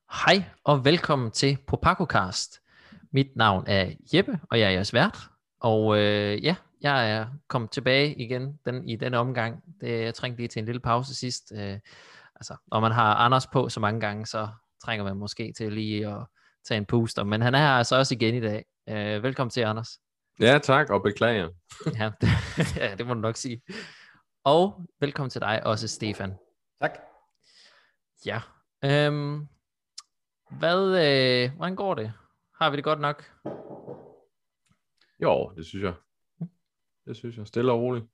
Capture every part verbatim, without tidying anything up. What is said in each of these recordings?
Hej og velkommen til ProPacoCast. Mit navn er Jeppe, og jeg er jeres vært. Og øh, ja, jeg er kommet tilbage igen den, i denne omgang. Det, jeg trængte lige til en lille pause sidst. Øh, altså, når man har Anders på så mange gange, så trænger man måske til lige at tage en puster. Men han er her altså også igen i dag. Øh, velkommen til, Anders. Ja, tak, og beklager. Ja, det, ja, det må du nok sige. Og velkommen til dig også, Stefan. Tak. Ja, øhm, hvad, øh, hvordan går det? Har vi det godt nok? Jo, det synes jeg. Det synes jeg. Stille og roligt.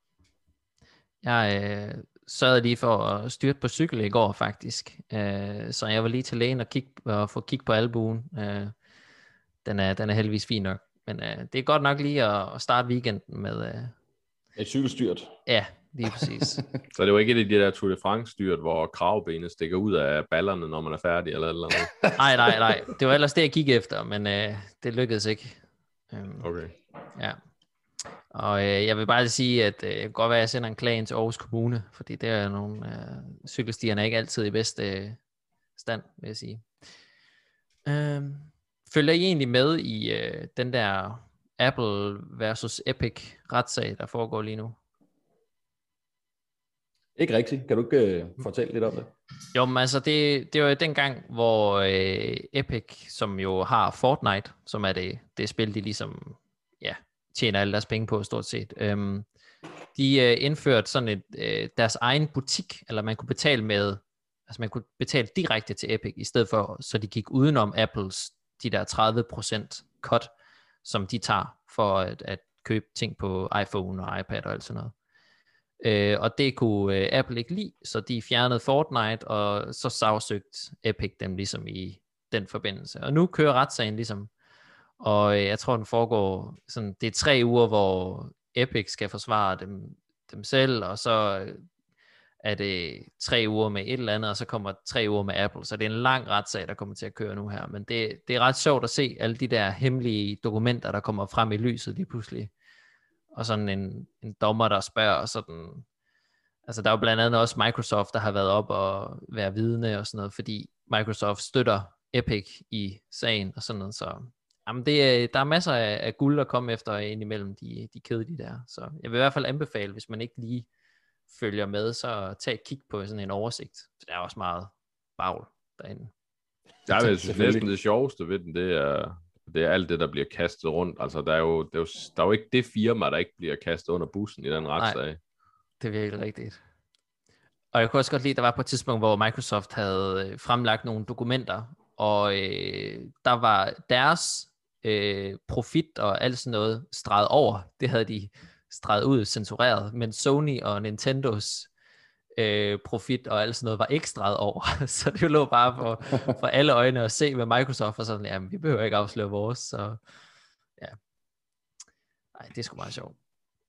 Jeg øh, sørgede lige for at styrte på cykel i går faktisk, øh, så jeg var lige til lægen og, kigge, og få kig på albuen. Øh, den, er, den er heldigvis fin nok, men øh, det er godt nok lige at, at starte weekenden med... Øh, Et cykelstyrt. Ja, lige præcis. Så det var ikke et af de der Tour de France-styrt, hvor kravbenet stikker ud af ballerne, når man er færdig, eller eller andet? Nej, nej, nej. Det var ellers det, jeg kiggede efter, men øh, det lykkedes ikke. Um, Okay. Ja. Og øh, jeg vil bare sige, at øh, det kan godt være, at jeg sender en klage ind til Aarhus Kommune, fordi det er nogle øh, cykelstierne er ikke altid i bedste øh, stand, vil jeg sige. Øh, følger I egentlig med i øh, den der Apple versus Epic retssag, der foregår lige nu? Ikke rigtigt. Kan du ikke uh, fortælle lidt om det? Jo, men altså, det, det var jo dengang, hvor øh, Epic, som jo har Fortnite, som er det, det spil, de ligesom, ja, tjener alle deres penge på, stort set. Øhm, de øh, indførte sådan et, øh, deres egen butik, eller man kunne betale med, altså man kunne betale direkte til Epic, i stedet for, så de gik udenom Apples, de der tredive procent cut, som de tager for at, at købe ting på iPhone og iPad og alt sådan noget. Øh, og det kunne øh, Apple ikke lide, så de fjernede Fortnite, og så sagsøgte Epic dem ligesom i den forbindelse. Og nu kører retssagen ligesom, og øh, jeg tror den foregår sådan, det er tre uger, hvor Epic skal forsvare dem, dem selv, og så øh, er det tre uger med et eller andet, og så kommer tre uger med Apple, så det er en lang retssag, der kommer til at køre nu her, men det, det er ret sjovt at se alle de der hemmelige dokumenter, der kommer frem i lyset lige pludselig. Og sådan en, en dommer, der spørger sådan, altså der er jo blandt andet også Microsoft, der har været op og være vidne og sådan noget, fordi Microsoft støtter Epic i sagen og sådan noget, så jamen det er, der er masser af, af guld at komme efter indimellem de, de kedelige der, så jeg vil i hvert fald anbefale, hvis man ikke lige følger med, så tag et kig på sådan en oversigt, for der er også meget bagl derinde. Ja, men jeg synes næsten det sjoveste ved den, det er, det er alt det, der bliver kastet rundt. Altså, der er, jo, der, er jo, der er jo ikke det firma, der ikke bliver kastet under bussen i den retssag. Nej, det er virkelig rigtigt. Og jeg kunne også godt lide, at der var på et tidspunkt, hvor Microsoft havde fremlagt nogle dokumenter, og øh, der var deres øh, profit og alt sådan noget streget over. Det havde de streget ud, censureret. Men Sony og Nintendos øh, profit og alt sådan noget var ikke streget over. Så det lå bare for, for alle øjne at se med Microsoft, og sådan, jamen vi behøver ikke afsløre vores. Så ja, nej, det er sgu meget sjovt.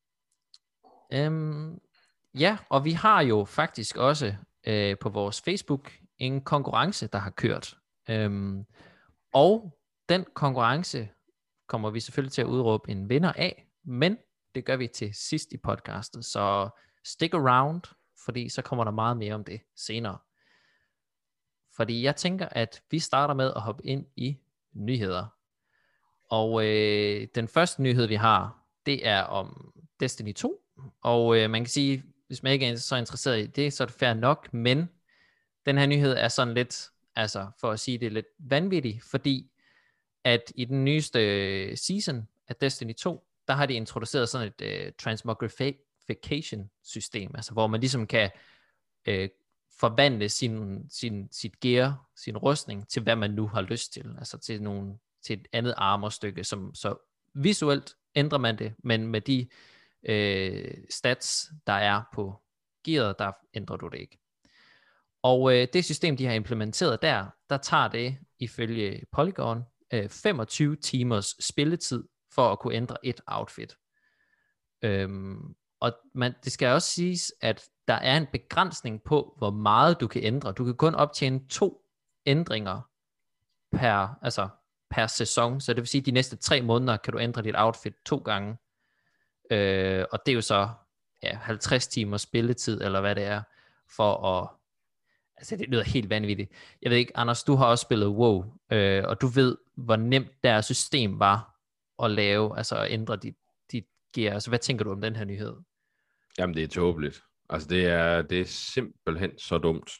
Øhm, Ja, og vi har jo faktisk også øh, på vores Facebook en konkurrence, der har kørt. Øhm, og den konkurrence kommer vi selvfølgelig til at udråbe en vinder af, men det gør vi til sidst i podcastet, så stick around, fordi så kommer der meget mere om det senere. Fordi jeg tænker, at vi starter med at hoppe ind i nyheder. Og øh, den første nyhed, vi har, det er om Destiny to, og øh, man kan sige, hvis man ikke er så interesseret i det, så er det fair nok, men den her nyhed er sådan lidt, altså for at sige det lidt vanvittigt, fordi at i den nyeste season af Destiny to, der har de introduceret sådan et uh, transmogrification system, altså hvor man ligesom kan uh, forvandle sin, sin, sit gear, sin rustning, til hvad man nu har lyst til, altså til, nogle, til et andet armorstykke, som så visuelt ændrer man det, men med de Øh, stats, der er på gearet, der ændrer du det ikke. Og øh, det system, de har implementeret der, der tager det, ifølge Polygon, øh, femogtyve timers spilletid, for at kunne ændre et outfit. Øhm, og man, det skal også siges, at der er en begrænsning på, hvor meget du kan ændre. Du kan kun optjene to ændringer per, altså per sæson, så det vil sige, at de næste tre måneder kan du ændre dit outfit to gange. Øh, og det er jo så ja, halvtreds timers spilletid, eller hvad det er, for at Altså, det lyder helt vanvittigt. Jeg ved ikke, Anders, du har også spillet WoW, øh, og du ved, hvor nemt deres system var at lave, altså at ændre dit, dit gear. Altså, hvad tænker du om den her nyhed? Jamen, det er tåbeligt. Altså, det er, det er simpelthen så dumt.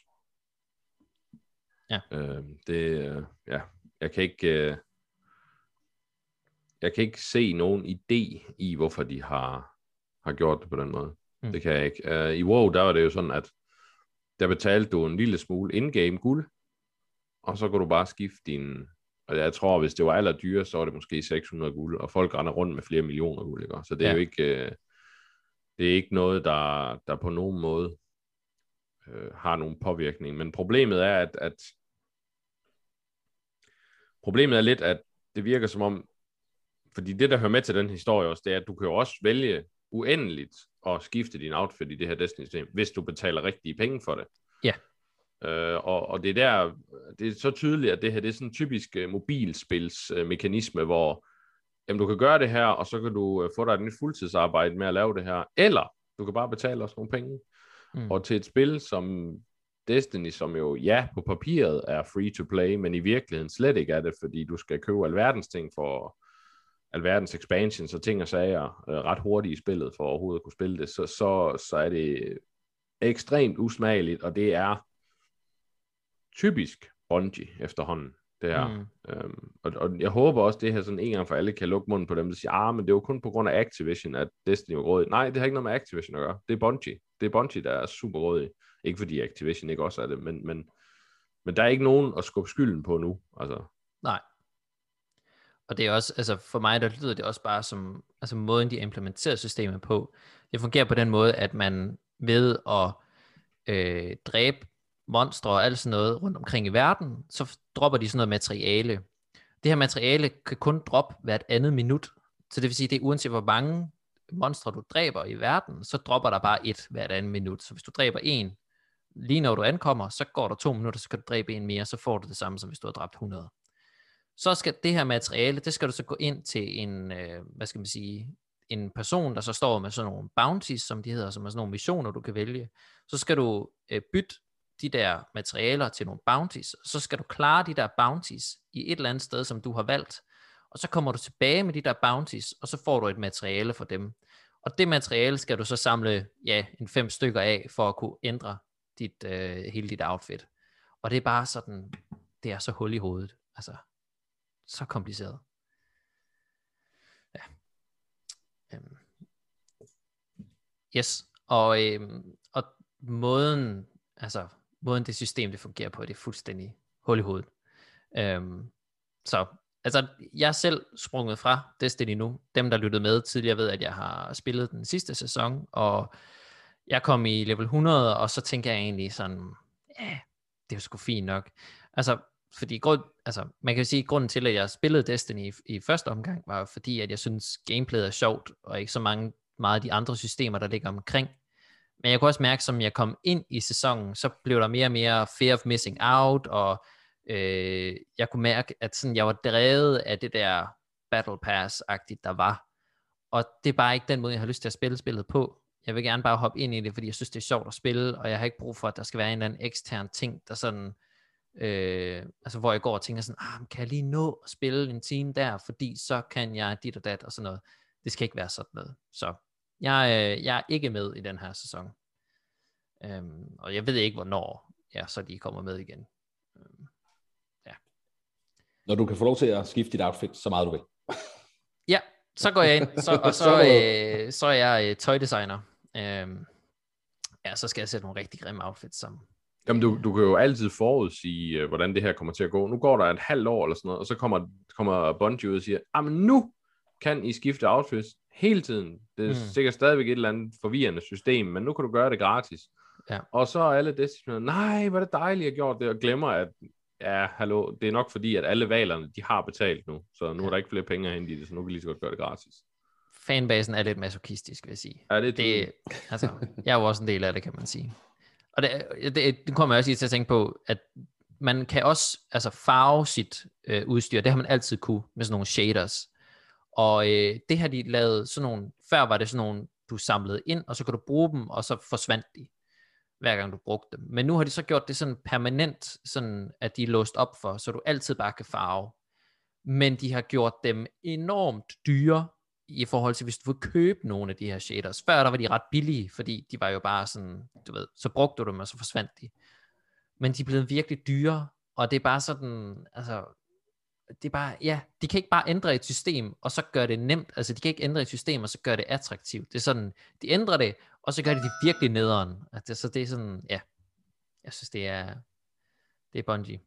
Ja. Øh, det, ja, jeg kan ikke... Øh, jeg kan ikke se nogen idé i, hvorfor de har, har gjort det på den måde. Mm. Det kan jeg ikke. Uh, I WoW, der var det jo sådan, at der betalte du en lille smule in-game guld, og så kunne du bare skifte din... Og jeg tror, hvis det var allerdyre, så var det måske seks hundrede guld, og folk render rundt med flere millioner guld, ikke? Så det er ja. jo ikke... Uh, det er ikke noget, der, der på nogen måde uh, har nogen påvirkning. Men problemet er, at, at... Problemet er lidt, at det virker som om... Fordi det, der hører med til den historie også, det er, at du kan jo også vælge uendeligt at skifte din outfit i det her Destiny-system, hvis du betaler rigtige penge for det. Ja. Øh, og, og det er der, det er så tydeligt, at det her det er sådan en typisk uh, mobilspilsmekanisme, uh, hvor jamen, du kan gøre det her, og så kan du uh, få dig et nyt fuldtidsarbejde med at lave det her, eller du kan bare betale os nogle penge. Mm. Og til et spil som Destiny, som jo, ja, på papiret er free to play, men i virkeligheden slet ikke er det, fordi du skal købe alverdens ting for alverdens expansions og ting og sager øh, ret hurtigt i spillet, for overhovedet at kunne spille det, så, så, så er det ekstremt usmageligt, og det er typisk Bungie efterhånden, det her. Mm. Øhm, og, og jeg håber også, det her sådan en gang for alle kan lukke munden på dem, der siger, ah, men det er jo kun på grund af Activision, at Destiny var grådig. Nej, det har ikke noget med Activision at gøre. Det er Bungie. Det er Bungie, der er super grådig. Ikke fordi Activision ikke også er det, men, men, men der er ikke nogen at skubbe skylden på nu. Altså. Nej. Og det er også, altså for mig, der lyder det også bare som, altså måden, de implementerer systemet på. Det fungerer på den måde, at man ved at øh, dræbe monstre og alt sådan noget rundt omkring i verden, så dropper de sådan noget materiale. Det her materiale kan kun droppe hvert andet minut. Så det vil sige, det er uanset hvor mange monstre du dræber i verden, så dropper der bare et hvert andet minut. Så hvis du dræber en, lige når du ankommer, så går der to minutter, så kan du dræbe en mere, så får du det samme, som hvis du har dræbt hundrede. Så skal det her materiale, det skal du så gå ind til en, øh, hvad skal man sige, en person, der så står med sådan nogle bounties, som de hedder, som er sådan nogle missioner, du kan vælge. Så skal du øh, bytte de der materialer til nogle bounties, så skal du klare de der bounties i et eller andet sted, som du har valgt, og så kommer du tilbage med de der bounties, og så får du et materiale for dem. Og det materiale skal du så samle, ja, en fem stykker af, for at kunne ændre dit, øh, hele dit outfit. Og det er bare sådan, det er så hul i hovedet, altså, så kompliceret. Ja. Øhm. Yes, og, øhm, og måden, altså, måden det system, det fungerer på, det er fuldstændig hul i hovedet. Øhm, så, altså, jeg er selv sprunget fra Destiny nu. Dem, der lyttede med tidligere, ved, at jeg har spillet den sidste sæson, og jeg kom i level hundrede, og så tænker jeg egentlig sådan, ja, det er jo sgu fint nok. Altså, fordi grund, altså, man kan sige, at grunden til, at jeg spillede Destiny i, i første omgang, var fordi, at jeg synes, gameplayet er sjovt, og ikke så mange, meget af de andre systemer, der ligger omkring. Men jeg kunne også mærke, som jeg kom ind i sæsonen, så blev der mere og mere fear of missing out, og øh, jeg kunne mærke, at sådan, jeg var drevet af det der Battle Pass-agtigt, der var. Og det er bare ikke den måde, jeg har lyst til at spille spillet på. Jeg vil gerne bare hoppe ind i det, fordi jeg synes, det er sjovt at spille, og jeg har ikke brug for, at der skal være en eller anden ekstern ting, der sådan, øh, altså hvor jeg går og tænker sådan, ah, kan jeg lige nå at spille en time der, fordi så kan jeg dit og dat og sådan noget. Det skal ikke være sådan noget. Så jeg, øh, jeg er ikke med i den her sæson. Øhm, og jeg ved ikke, hvornår ja, så de kommer med igen. Øhm, ja. Når du kan få lov til at skifte dit outfit, så meget du vil. Ja, så går jeg ind, så, og så, øh, så er jeg øh, tøjdesigner. Øhm, ja, så skal jeg sætte nogle rigtig grimme outfits sammen. Jamen, du, du kan jo altid forudsige, hvordan det her kommer til at gå. Nu går der et halvt år eller sådan noget, og så kommer, kommer Bungie ud og siger, ah, men nu kan I skifte outfits hele tiden. Det er mm. sikkert stadigvæk et eller andet forvirrende system, men nu kan du gøre det gratis. Ja. Og så er alle Destiny, nej, hvor er det dejligt, at jeg gjort det, og glemmer, at ja, hallo, det er nok fordi, at alle valerne, de har betalt nu, så nu ja. er der ikke flere penge at hente i det, så nu kan vi lige så godt gøre det gratis. Fanbasen er lidt masochistisk, vil jeg sige. Ja, det, det altså, jeg er jo også en del af det, kan man sige. Og det, det, det kommer jeg også til at tænke på, at man kan også altså, farve sit øh, udstyr, det har man altid kunne med sådan nogle shaders. Og øh, det har de lavet sådan nogle, før var det sådan nogle, du samlede ind, og så kunne du bruge dem, og så forsvandt de. hver gang du brugte dem. Men nu har de så gjort det sådan permanent, sådan at de er låst op for, så du altid bare kan farve. Men de har gjort dem enormt dyre, i forhold til, hvis du vil købe nogle af de her shaders. Før der var de ret billige, fordi de var jo bare sådan, du ved, så brugte du dem, og så forsvandt de. Men de er blevet virkelig dyre, og det er bare sådan, altså, det er bare, ja, de kan ikke bare ændre et system, og så gør det nemt, altså de kan ikke ændre et system, og så gør det attraktivt. Det er sådan, de ændrer det, og så gør de det virkelig nederen. Altså, så det er sådan, ja, jeg synes, det er, det er Bungie.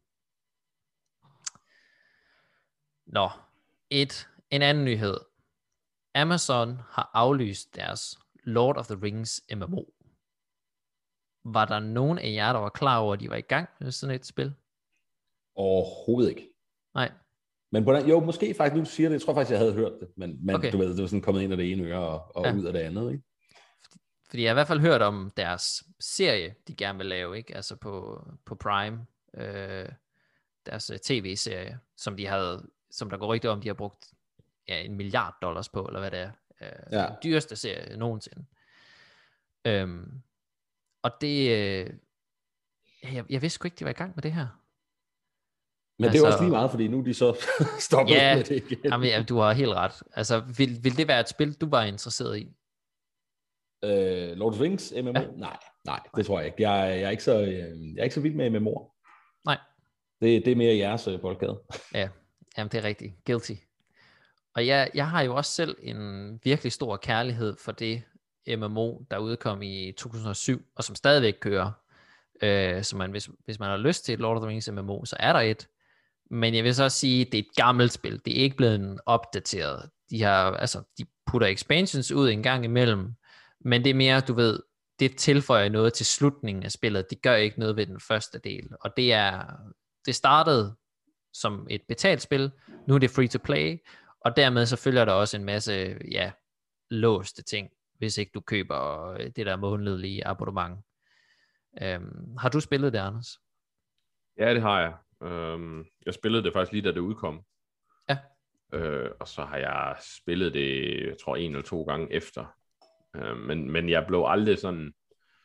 Nå, et, en anden nyhed. Amazon har aflyst deres Lord of the Rings M M O. Var der nogen af jer, der var klar over, at de var i gang med sådan et spil? Overhovedet ikke. Nej. Men på den, jo, måske faktisk, nu du siger det, jeg tror faktisk, jeg havde hørt det, men, men Okay. du ved, det var sådan kommet ind af det ene øre og, og Ja. ud af det andet, ikke? Fordi jeg har i hvert fald hørt om deres serie, de gerne vil lave, ikke? Altså på, på Prime, øh, deres uh, tv-serie, som de havde, som der går rigtig om, de har brugt ja, en milliard dollars på, eller hvad det er. Øh, Ja. Den dyreste serie nogensinde. Øhm, og det, øh, jeg, jeg vidste sgu ikke, de var i gang med det her. Men altså, det er Altså- også lige meget, fordi nu er de så stoppet Ja, med det igen. Jamen, ja, du har helt ret. Altså, vil, vil det være et spil, du var interesseret i? Øh, Lord of the Rings M M O? Ja. Nej, nej, det tror jeg ikke. Jeg, er- jeg, er ikke så, øh, jeg er ikke så vild med M M O'er. Nej. Det, det er mere jeres øh, boldgade. Ja, jamen det er rigtigt. Guilty. Og jeg, jeg har jo også selv en virkelig stor kærlighed for det M M O, der udkom i to tusind og syv, og som stadigvæk kører. Øh, så man, hvis, hvis man har lyst til et Lord of the Rings M M O, så er der et. Men jeg vil så også sige, at det er et gammelt spil. Det er ikke blevet opdateret. De har, altså, de putter expansions ud en gang imellem, men det er mere, du ved, det tilføjer noget til slutningen af spillet. Det gør ikke noget ved den første del. Og det er, det startede som et betalt spil. Nu er det free to play, og dermed så følger der også en masse, ja, låste ting, hvis ikke du køber det der månedlige abonnement. Øhm, har du spillet det, Anders? Ja, det har jeg. Øhm, jeg spillede det faktisk lige, da det udkom. Ja. Øh, og så har jeg spillet det, jeg tror, en eller to gange efter. Øh, men, men jeg blev aldrig sådan...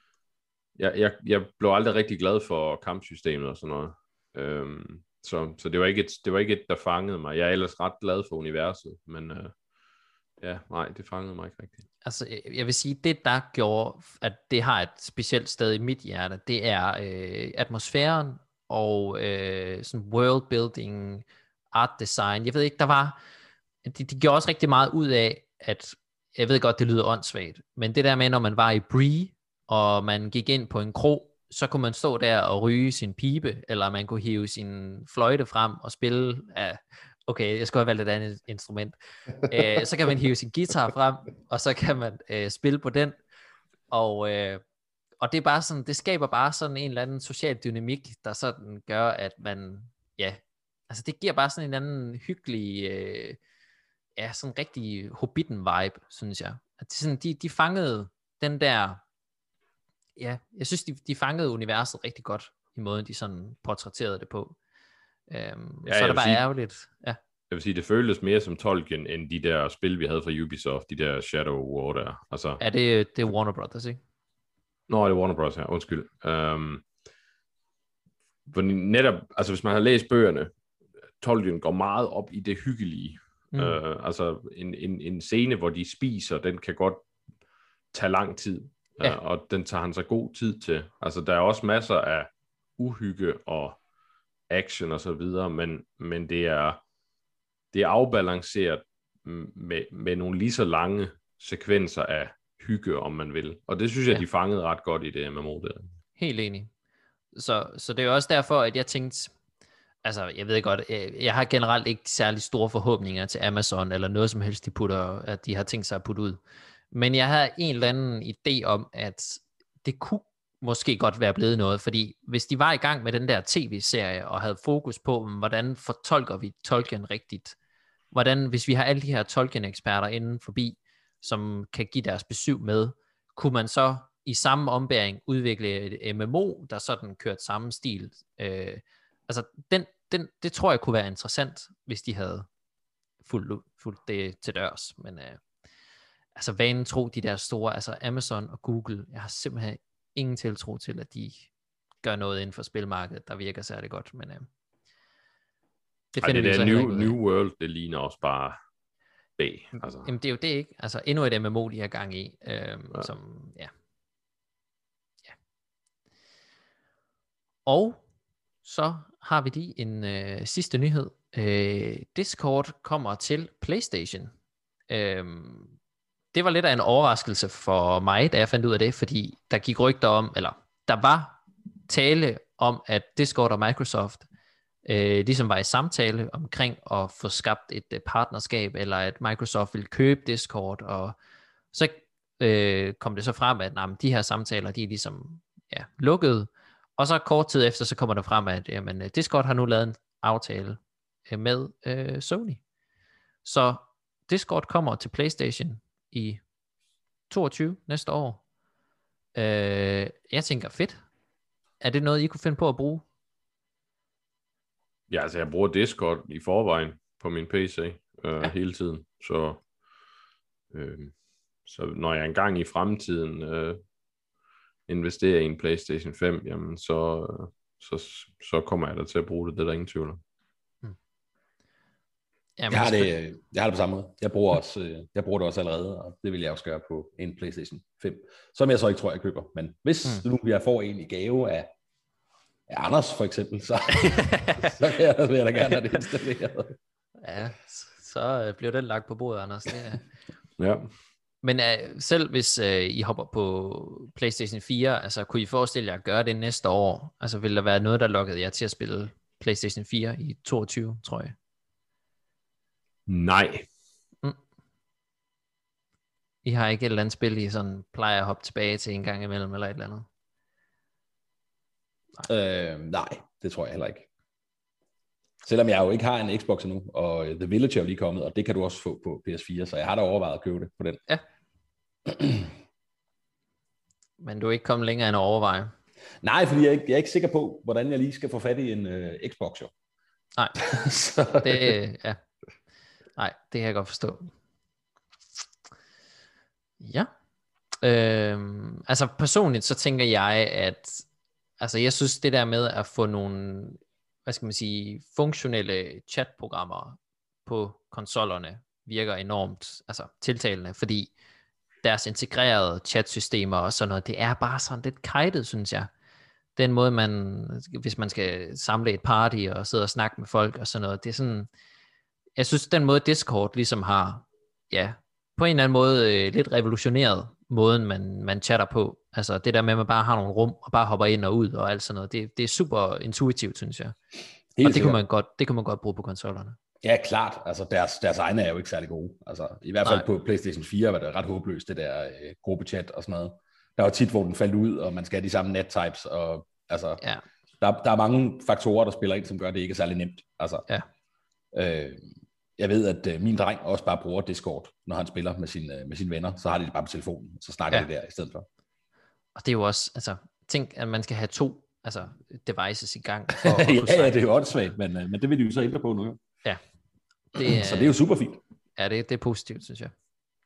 Jeg, jeg, jeg blev aldrig rigtig glad for kampsystemet og sådan noget. Øhm, så så det, var ikke et, det var ikke et, der fangede mig. Jeg er ellers ret glad for universet, men øh, ja, nej, det fangede mig ikke rigtigt. Altså, jeg- jeg vil sige, det der gjorde, at det har et specielt sted i mit hjerte, det er øh, atmosfæren og øh, sådan world building, art design. Jeg ved ikke, der var, de, de gjorde også rigtig meget ud af, at, jeg ved godt, det lyder åndssvagt, men det der med, når man var i Bree, og man gik ind på en kro, så kunne man stå der og ryge sin pibe, eller man kunne hive sin fløjte frem og spille, ja, okay, jeg skulle have valgt et andet instrument. øh, så kan man hive sin guitar frem, og så kan man øh, spille på den, og, øh, og det er bare sådan, det skaber bare sådan en eller anden social dynamik, der sådan gør, at man, ja, altså det giver bare sådan en anden hyggelig, øh, ja, sådan rigtig Hobbiten-vibe, synes jeg. At det sådan, de, de fangede den der, ja, jeg synes, de, de fangede universet rigtig godt, i måden, de sådan portrætterede det på. Øhm, Ja, så er jeg det vil bare sige- ærgerligt. Ja. Jeg vil sige, det føltes mere som Tolkien, end de der spil, vi havde fra Ubisoft, de der Shadow War der. Altså, Er det, det er Warner Brothers, ikke? Nå, det er Warner Bros. her, undskyld. Um, for netop, altså hvis man har læst bøgerne, Tolkien går meget op i det hyggelige. Mm. Mm. Uh, altså en, en, en scene, hvor de spiser, den kan godt tage lang tid, Ja. uh, og den tager han sig god tid til. Altså der er også masser af uhygge og action og så videre, men, men det er det er afbalanceret med, med nogle lige så lange sekvenser af hygge, om man vil. Og det synes jeg, Ja. de fangede ret godt i det M M O der. Helt enig. Så, så det er jo også derfor, at jeg tænkte, altså jeg ved godt, jeg, jeg har generelt ikke særlig store forhåbninger til Amazon, eller noget som helst, de putter, at de har tænkt sig at putte ud. Men jeg havde en eller anden idé om, at det kunne måske godt være blevet noget, fordi hvis de var i gang med den der tv-serie, og havde fokus på, hvordan fortolker vi Tolkien rigtigt, hvordan, hvis vi har alle de her Tolkien-eksperter inden forbi, som kan give deres besøg med, kunne man så i samme ombæring udvikle et M M O, der sådan kørt samme stil. Øh, altså, den, den, det tror jeg kunne være interessant, hvis de havde fulgt, fulgt det til dørs. Men øh, altså, vanen tro, de der store, altså Amazon og Google, jeg har simpelthen ingen tiltro til, at de gør noget inden for spilmarkedet, der virker særlig godt, men øh, det finder Ej, det vi der så New, heller ikke ud af. New World, det ligner også bare B. Altså. Jamen, det er jo det ikke. Altså, endnu et M M O, de har gang i, øh, Ja. som, ja. ja. Og så har vi lige en øh, sidste nyhed. Øh, Discord kommer til PlayStation. Øh, det var lidt af en overraskelse for mig, da jeg fandt ud af det, fordi der gik rygter om, eller der var tale om, at Discord og Microsoft øh, ligesom var i samtale omkring at få skabt et øh, partnerskab, eller at Microsoft ville købe Discord, og så øh, kom det så frem, at nah, de her samtaler, de er ligesom ja, lukkede, og så kort tid efter, så kommer der frem, at jamen, Discord har nu lavet en aftale øh, med øh, Sony. Så Discord kommer til PlayStation i toogtyve næste år. Øh, jeg tænker, fedt. Er det noget, I kunne finde på at bruge? Ja, altså jeg bruger Discord i forvejen på min P C øh, Ja. hele tiden, så, øh, så når jeg engang i fremtiden øh, investerer i en PlayStation fem, jamen så, øh, så, så kommer jeg da til at bruge det, det er der ingen tvivl om. Jamen, Jeg har, det, det, jeg har det på samme måde. Jeg bruger, også, øh, jeg bruger det også allerede, og det vil jeg også gøre på en PlayStation fem, som jeg så ikke tror, jeg køber. Men hvis mm. nu jeg får en i gave af, af Anders for eksempel, så, så kan jeg, vil jeg da gerne have det installeret. ja, så øh, bliver den lagt på bordet, Anders. Det er... Ja. Men øh, selv hvis øh, I hopper på PlayStation fire, altså kunne I forestille jer at gøre det næste år? Altså vil der være noget, der lokkede jer til at spille PlayStation fire i toogtyve, tror jeg? Nej. Mm. I har ikke et eller andet spil, I sådan plejer at hoppe tilbage til en gang imellem, eller et eller andet? Nej. Øh, nej, det tror jeg heller ikke. Selvom jeg jo ikke har en Xbox endnu, og The Village er jo lige kommet, og det kan du også få på P S fire, så jeg har da overvejet at købe det på den. Ja. Men du er ikke kommet længere end at overveje? Nej, fordi jeg er, ikke, jeg er ikke sikker på, hvordan jeg lige skal få fat i en uh, Xbox, jo. Nej, så, det, ja. Nej, det kan jeg godt forstå. Ja. Øhm, altså personligt, så tænker jeg, at altså jeg synes, det der med at få nogle, hvad skal man sige, funktionelle chatprogrammer på konsollerne, virker enormt altså, tiltalende, fordi deres integrerede chatsystemer og sådan noget, det er bare sådan lidt kajtet, synes jeg. Den måde, man, hvis man skal samle et party og sidde og snakke med folk og sådan noget, det er sådan, jeg synes, den måde Discord ligesom har, ja, på en eller anden måde øh, lidt revolutioneret måden, man, man chatter på. Altså det der med, at man bare har nogle rum, og bare hopper ind og ud og alt sådan noget, det, det er super intuitivt, synes jeg. Helt og det kunne, man godt, det kunne man godt bruge på konsollerne. Ja, klart. Altså, deres, deres egne er jo ikke særlig gode. Altså, i hvert fald Nej. på PlayStation fire var det ret håbløst, det der øh, gruppechat og sådan noget. Der var tit, hvor den faldt ud, og man skal have de samme nettypes, og altså, Ja. der, der er mange faktorer, der spiller ind, som gør det ikke er særlig nemt. Altså, Ja. øh, jeg ved, at øh, min dreng også bare bruger Discord, når han spiller med, sin, øh, med sine venner, så har de det bare på telefonen, så snakker Ja. de der i stedet for. Og det er jo også, altså, tænk, at man skal have to altså, devices i gang. For at ja, kunne ja, snakke. det er jo åndssvagt, men, øh, men det vil de jo så ændre på nu. Jo. Ja. Det er, Så det er jo super fint. Ja, det, det er positivt, synes jeg.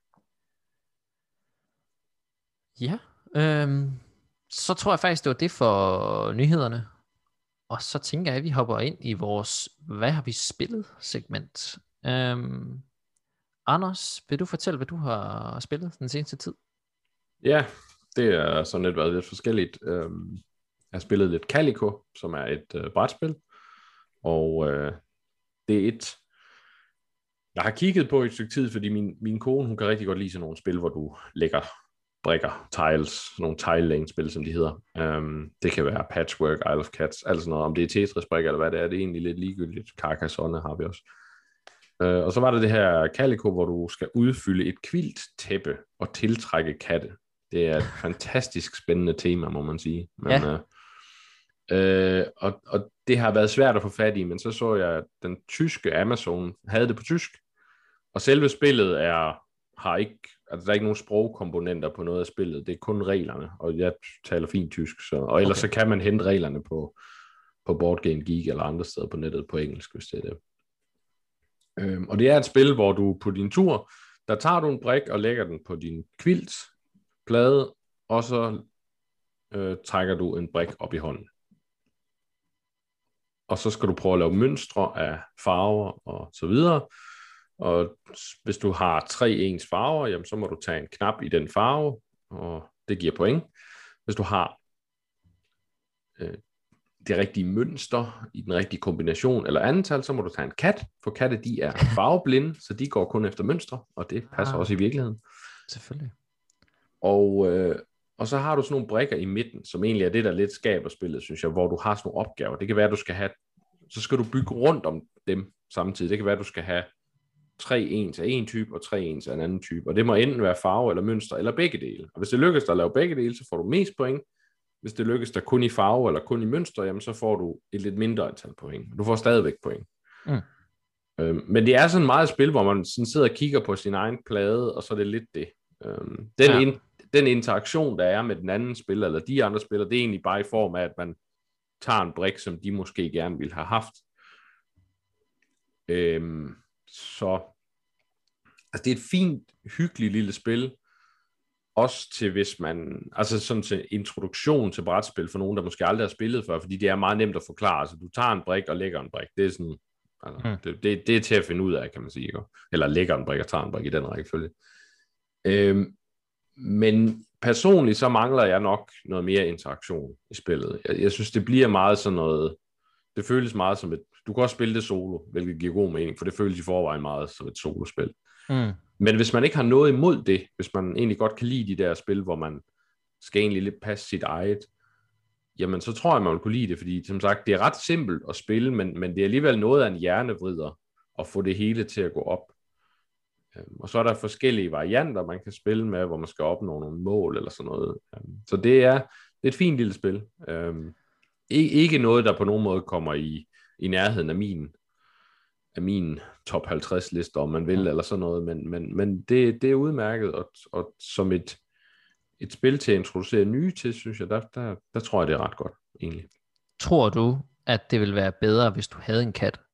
Ja, øhm, så tror jeg faktisk, det var det for nyhederne. Og så tænker jeg, at vi hopper ind i vores, hvad har vi spillet segment. Øhm, Anders, vil du fortælle, hvad du har spillet den seneste tid? Ja, det er sådan lidt været lidt forskelligt. Øhm, jeg har spillet lidt Calico, som er et øh, brætspil. Og øh, det er et... Jeg har kigget på et stykke tid, fordi min, min kone, hun kan rigtig godt lide sådan nogle spil, hvor du lægger brikker, tiles, sådan nogle tile-lane-spil, som de hedder. Um, det kan være Patchwork, Isle of Cats, alt sådan noget. Om det er Tetris-brikker eller hvad det er, det er egentlig lidt ligegyldigt. Carcassonne har vi også. Uh, og så var der det her Calico, hvor du skal udfylde et kvilttæppe og tiltrække katte. Det er et fantastisk spændende tema, må man sige. Men, ja. uh, uh, og, og det har været svært at få fat i, men så så jeg, at den tyske Amazon havde det på tysk. Og selve spillet er, har ikke, altså der er ikke nogen sprogkomponenter på noget af spillet, det er kun reglerne, og jeg taler fint tysk, så, og ellers okay. så kan man hente reglerne på, på Board Game Geek eller andre steder på nettet på engelsk, hvis det er det. Øhm, og det er et spil, hvor du på din tur, der tager du en brik og lægger den på din kviltplade, og så øh, trækker du en brik op i hånden. Og så skal du prøve at lave mønstre af farver og så videre. Og hvis du har tre ens farver, jamen, så må du tage en knap i den farve, og det giver point. Hvis du har øh, det rigtige mønster i den rigtige kombination eller antal, så må du tage en kat, for katte de er farveblinde, så de går kun efter mønstre, og det passer ah, også i virkeligheden. Selvfølgelig. Og, øh, og så har du sådan nogle brikker i midten, som egentlig er det, der lidt skaber spillet, synes jeg, hvor du har sådan nogle opgaver. Det kan være, at du skal have, så skal du bygge rundt om dem samtidig. Det kan være, at du skal have tre ens af en type, og tre ens af en anden type. Og det må enten være farve eller mønster, eller begge dele. Og hvis det lykkes dig at lave begge dele, så får du mest point. Hvis det lykkes dig kun i farve, eller kun i mønster, jamen så får du et lidt mindre antal point. Du får stadigvæk point. Mm. Øhm, men det er sådan et meget spil, hvor man sådan sidder og kigger på sin egen plade, og så er det lidt det. Øhm, den, ja. in, den interaktion, der er med den anden spiller, eller de andre spillere, det er egentlig bare i form af, at man tager en brik, som de måske gerne ville have haft. Øhm, så altså det er et fint, hyggeligt lille spil, også til hvis man, altså sådan til introduktion til brætspil for nogen, der måske aldrig har spillet før, fordi det er meget nemt at forklare. Altså du tager en brik og lægger en brik, det er sådan, altså, mm. det, det, det er til at finde ud af, kan man sige, ikke? Eller lægger en brik og tager en brik i den rækkefølge. Øhm, men personligt så mangler jeg nok noget mere interaktion i spillet. Jeg, jeg synes, det bliver meget sådan noget, det føles meget som et, du kan også spille det solo, hvilket giver god mening, for det føles i forvejen meget som et solospil. Mm. Men hvis man ikke har noget imod det, hvis man egentlig godt kan lide de der spil, hvor man skal egentlig lidt passe sit eget, jamen så tror jeg, man vil kunne lide det, fordi som sagt, det er ret simpelt at spille, men, men det er alligevel noget af en hjernevrider at få det hele til at gå op. Og så er der forskellige varianter, man kan spille med, hvor man skal opnå nogle mål eller sådan noget. Så det er, det er et fint lille spil. Ikke noget, der på nogen måde kommer i, i nærheden af min af min top halvtreds liste, om man vil, eller sådan noget, men, men, men det, det er udmærket, og, og som et, et spil til at introducere nye til, synes jeg, der, der, der tror jeg, det er ret godt, egentlig. Tror du, at det ville være bedre, hvis du havde en kat?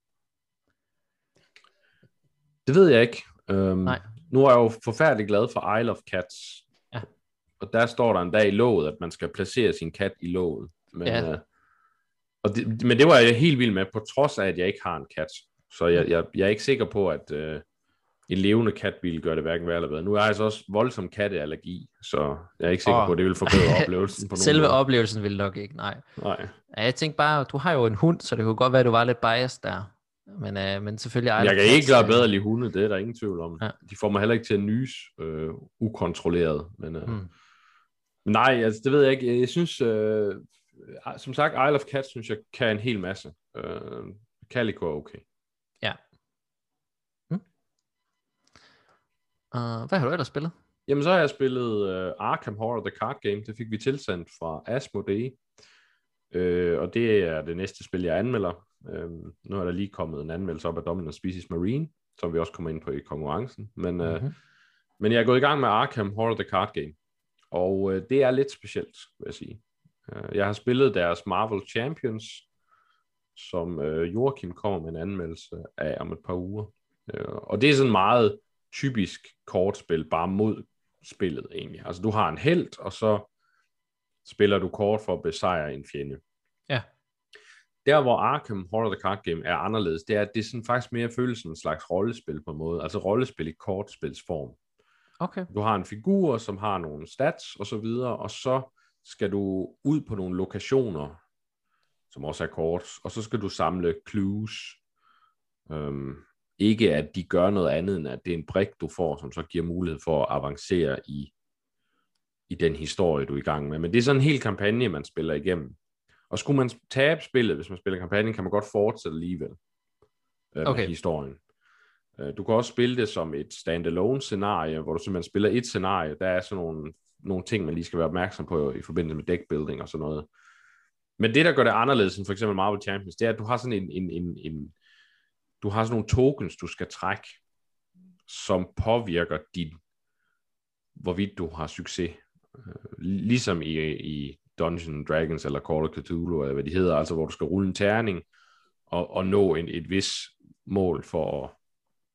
Det ved jeg ikke. Øhm, Nej. Nu er jeg jo forfærdeligt glad for Isle of Cats, ja. Og der står der en dag i låget, at man skal placere sin kat i låget. Men, ja. øh, og det, men det var jeg helt vild med, på trods af, at jeg ikke har en kat. Så jeg, jeg, jeg er ikke sikker på, at øh, en levende kat ville gøre det hverken værre eller bedre. Nu er jeg altså også voldsom katteallergi, så jeg er ikke sikker oh. på, at det vil forbedre oplevelsen. På Selve nogen oplevelsen vil nok ikke, nej. nej. Ja, jeg tænkte bare, du har jo en hund, så det kunne godt være, at du var lidt biased der. Men, øh, men selvfølgelig... Jeg kan ikke klare bedre lide hunde, det er der ingen tvivl om. Ja. De får mig heller ikke til at nys øh, ukontrolleret. Men, øh, hmm. men nej, altså, det ved jeg ikke. Jeg synes, øh, som sagt, Isle of Cats, synes jeg, kan en hel masse. Øh, Calico er okay. Ja. Hmm. Uh, hvad har du ellers spillet? Jamen, så har jeg spillet uh, Arkham Horror The Card Game. Det fik vi tilsendt fra Asmodee. Uh, og det er det næste spil, jeg anmelder. Uh, nu er der lige kommet en anmeldelse op af Dominant Species Marine, som vi også kommer ind på i konkurrencen. Men, uh, mm-hmm. men jeg er gået i gang med Arkham Horror The Card Game. Og uh, det er lidt specielt, vil jeg sige. Uh, jeg har spillet deres Marvel Champions, som øh, Joachim kommer med en anmeldelse af om et par uger. Øh, og det er sådan meget typisk kortspil, bare mod spillet egentlig. Altså du har en helt, og så spiller du kort for at besejre en fjende. Ja. Der hvor Arkham Horror The Card Game er anderledes, det er, at det er sådan faktisk mere føles som en slags rollespil på en måde. Altså rollespil i kortspilsform. Okay. Du har en figur, som har nogle stats og så videre, og så skal du ud på nogle lokationer, som også er kort, og så skal du samle clues. Øhm, ikke at de gør noget andet, end at det er en brik, du får, som så giver mulighed for at avancere i, i den historie, du er i gang med. Men det er sådan en hel kampagne, man spiller igennem. Og skulle man tabe spillet, hvis man spiller kampagnen, kan man godt fortsætte alligevel øh, okay. med historien. Øh, du kan også spille det som et standalone scenarie, hvor du simpelthen spiller et scenarie. Der er sådan nogle, nogle ting, man lige skal være opmærksom på i forbindelse med deckbuilding og sådan noget. Men det, der gør det anderledes end for eksempel Marvel Champions, det er, at du har sådan en, en, en, en du har sådan nogle tokens, du skal trække, som påvirker din, hvorvidt du har succes. Ligesom i, i Dungeons and Dragons eller Call of Cthulhu, eller hvad de hedder, altså hvor du skal rulle en terning og, og nå en, et vis mål for at,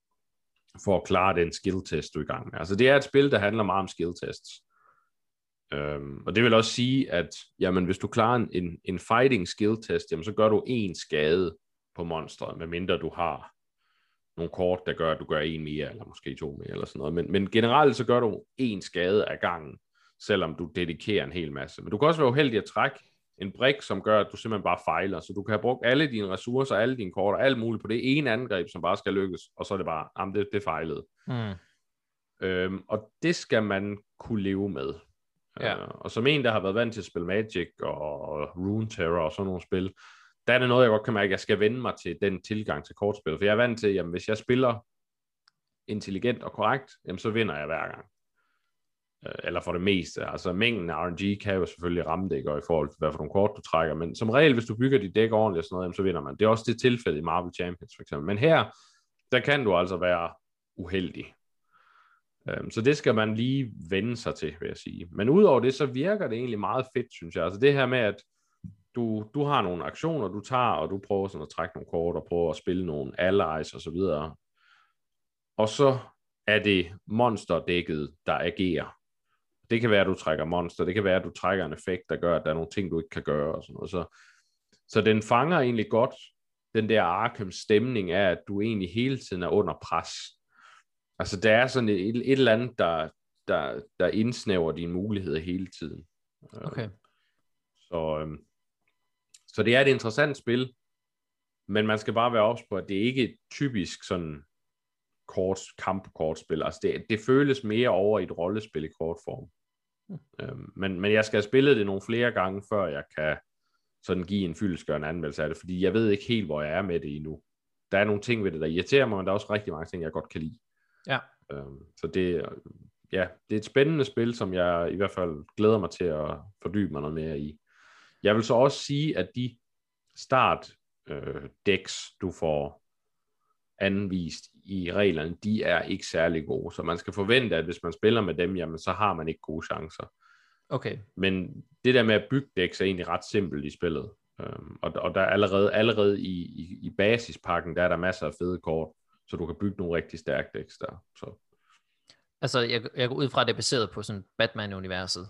for at klare den skill-test, du er i gang med. Altså det er et spil, der handler meget om skill-tests. Øhm, og det vil også sige, at jamen, hvis du klarer en, en, en fighting skill test, jamen, så gør du en skade på monstret, medmindre du har nogle kort, der gør, at du gør en mere, eller måske to mere, eller sådan noget. Men, men generelt så gør du en skade ad gangen, selvom du dedikerer en hel masse. Men du kan også være uheldig at trække en brik, som gør, at du simpelthen bare fejler. Så du kan have brugt alle dine ressourcer, alle dine kort, og alt muligt på det ene angreb, som bare skal lykkes, og så er det bare, jamen det, det fejlede. Mm. Øhm, og det skal man kunne leve med. Ja. Øh, og som en, der har været vant til at spille Magic og, og Runeterra og sådan nogle spil, der er det noget, jeg godt kan mærke, at jeg skal vende mig til den tilgang til kortspil. For jeg er vant til, at hvis jeg spiller intelligent og korrekt, jamen, så vinder jeg hver gang. Eller for det meste. Altså mængden af R N G kan jo selvfølgelig ramme det, ikke, i forhold til, hvad for nogle kort du trækker. Men som regel, hvis du bygger dit dæk ordentligt og sådan noget, jamen, så vinder man. Det er også det tilfælde i Marvel Champions, for eksempel. Men her, der kan du altså være uheldig. Så det skal man lige vende sig til, vil jeg sige. Men udover det, så virker det egentlig meget fedt, synes jeg. Altså det her med, at du, du har nogle aktioner, du tager, og du prøver sådan at trække nogle kort, og prøver at spille nogle allies og så videre. Og så er det monsterdækket, der agerer. Det kan være, at du trækker monster, det kan være, at du trækker en effekt, der gør, at der er nogle ting, du ikke kan gøre. Og sådan noget. Så, så den fanger egentlig godt den der Arkham stemning af, at du egentlig hele tiden er under pres. Altså, der er sådan et, et eller andet, der, der, der indsnæver dine muligheder hele tiden. Okay. Så, øhm, så det er et interessant spil, men man skal bare være ops på, at det ikke er et typisk sådan kort, kampkortspil. Altså, det, det føles mere over i et rollespil i kortform. Hmm. Øhm, men, men jeg skal have spillet det nogle flere gange, før jeg kan sådan give en fyldestgørende anmeldelse af det, fordi jeg ved ikke helt, hvor jeg er med det endnu. Der er nogle ting ved det, der irriterer mig, men der er også rigtig mange ting, jeg godt kan lide. Ja. Øhm, så det, ja, det er et spændende spil, som jeg i hvert fald glæder mig til at fordybe mig noget mere i. Jeg vil så også sige, at de start øh, decks, du får anvist i reglerne, de er ikke særlig gode. Så man skal forvente, at hvis man spiller med dem, jamen så har man ikke gode chancer. Okay. Men det der med at bygge decks er egentlig ret simpelt i spillet. Øhm, og, og der er allerede, allerede i, i, i basispakken, der er der masser af fede kort, så du kan bygge nogle rigtig stærke decks der. Så. Altså, jeg, jeg går ud fra, at det er baseret på sådan Batman-universet.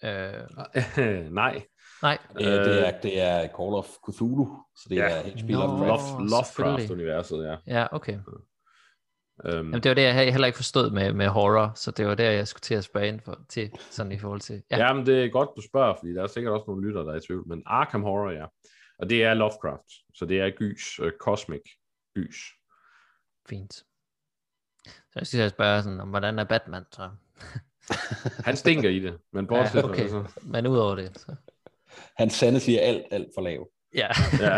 Øh... Nej. Nej. Det er, det, er, det er Call of Cthulhu, så det ja. er H P Nå, Lovecraft. Lovecraft-universet, ja. Ja, okay. Um, Jamen, det var det, jeg heller ikke forstod med, med horror, så det var der, jeg skulle til at spørge ind for, til, sådan i forhold til... Ja. Jamen, det er godt, du spørger, fordi der er sikkert også nogle lyttere, der er i tvivl, men Arkham Horror, ja. Og det er Lovecraft, så det er gys, uh, cosmic gys. Fint. Så jeg skal spørge sådan, om hvordan er Batman, så... Han stinker i det, men bortset ja, okay. så... Men udover det, så... Han sande siger alt, alt for lav. Ja. ja.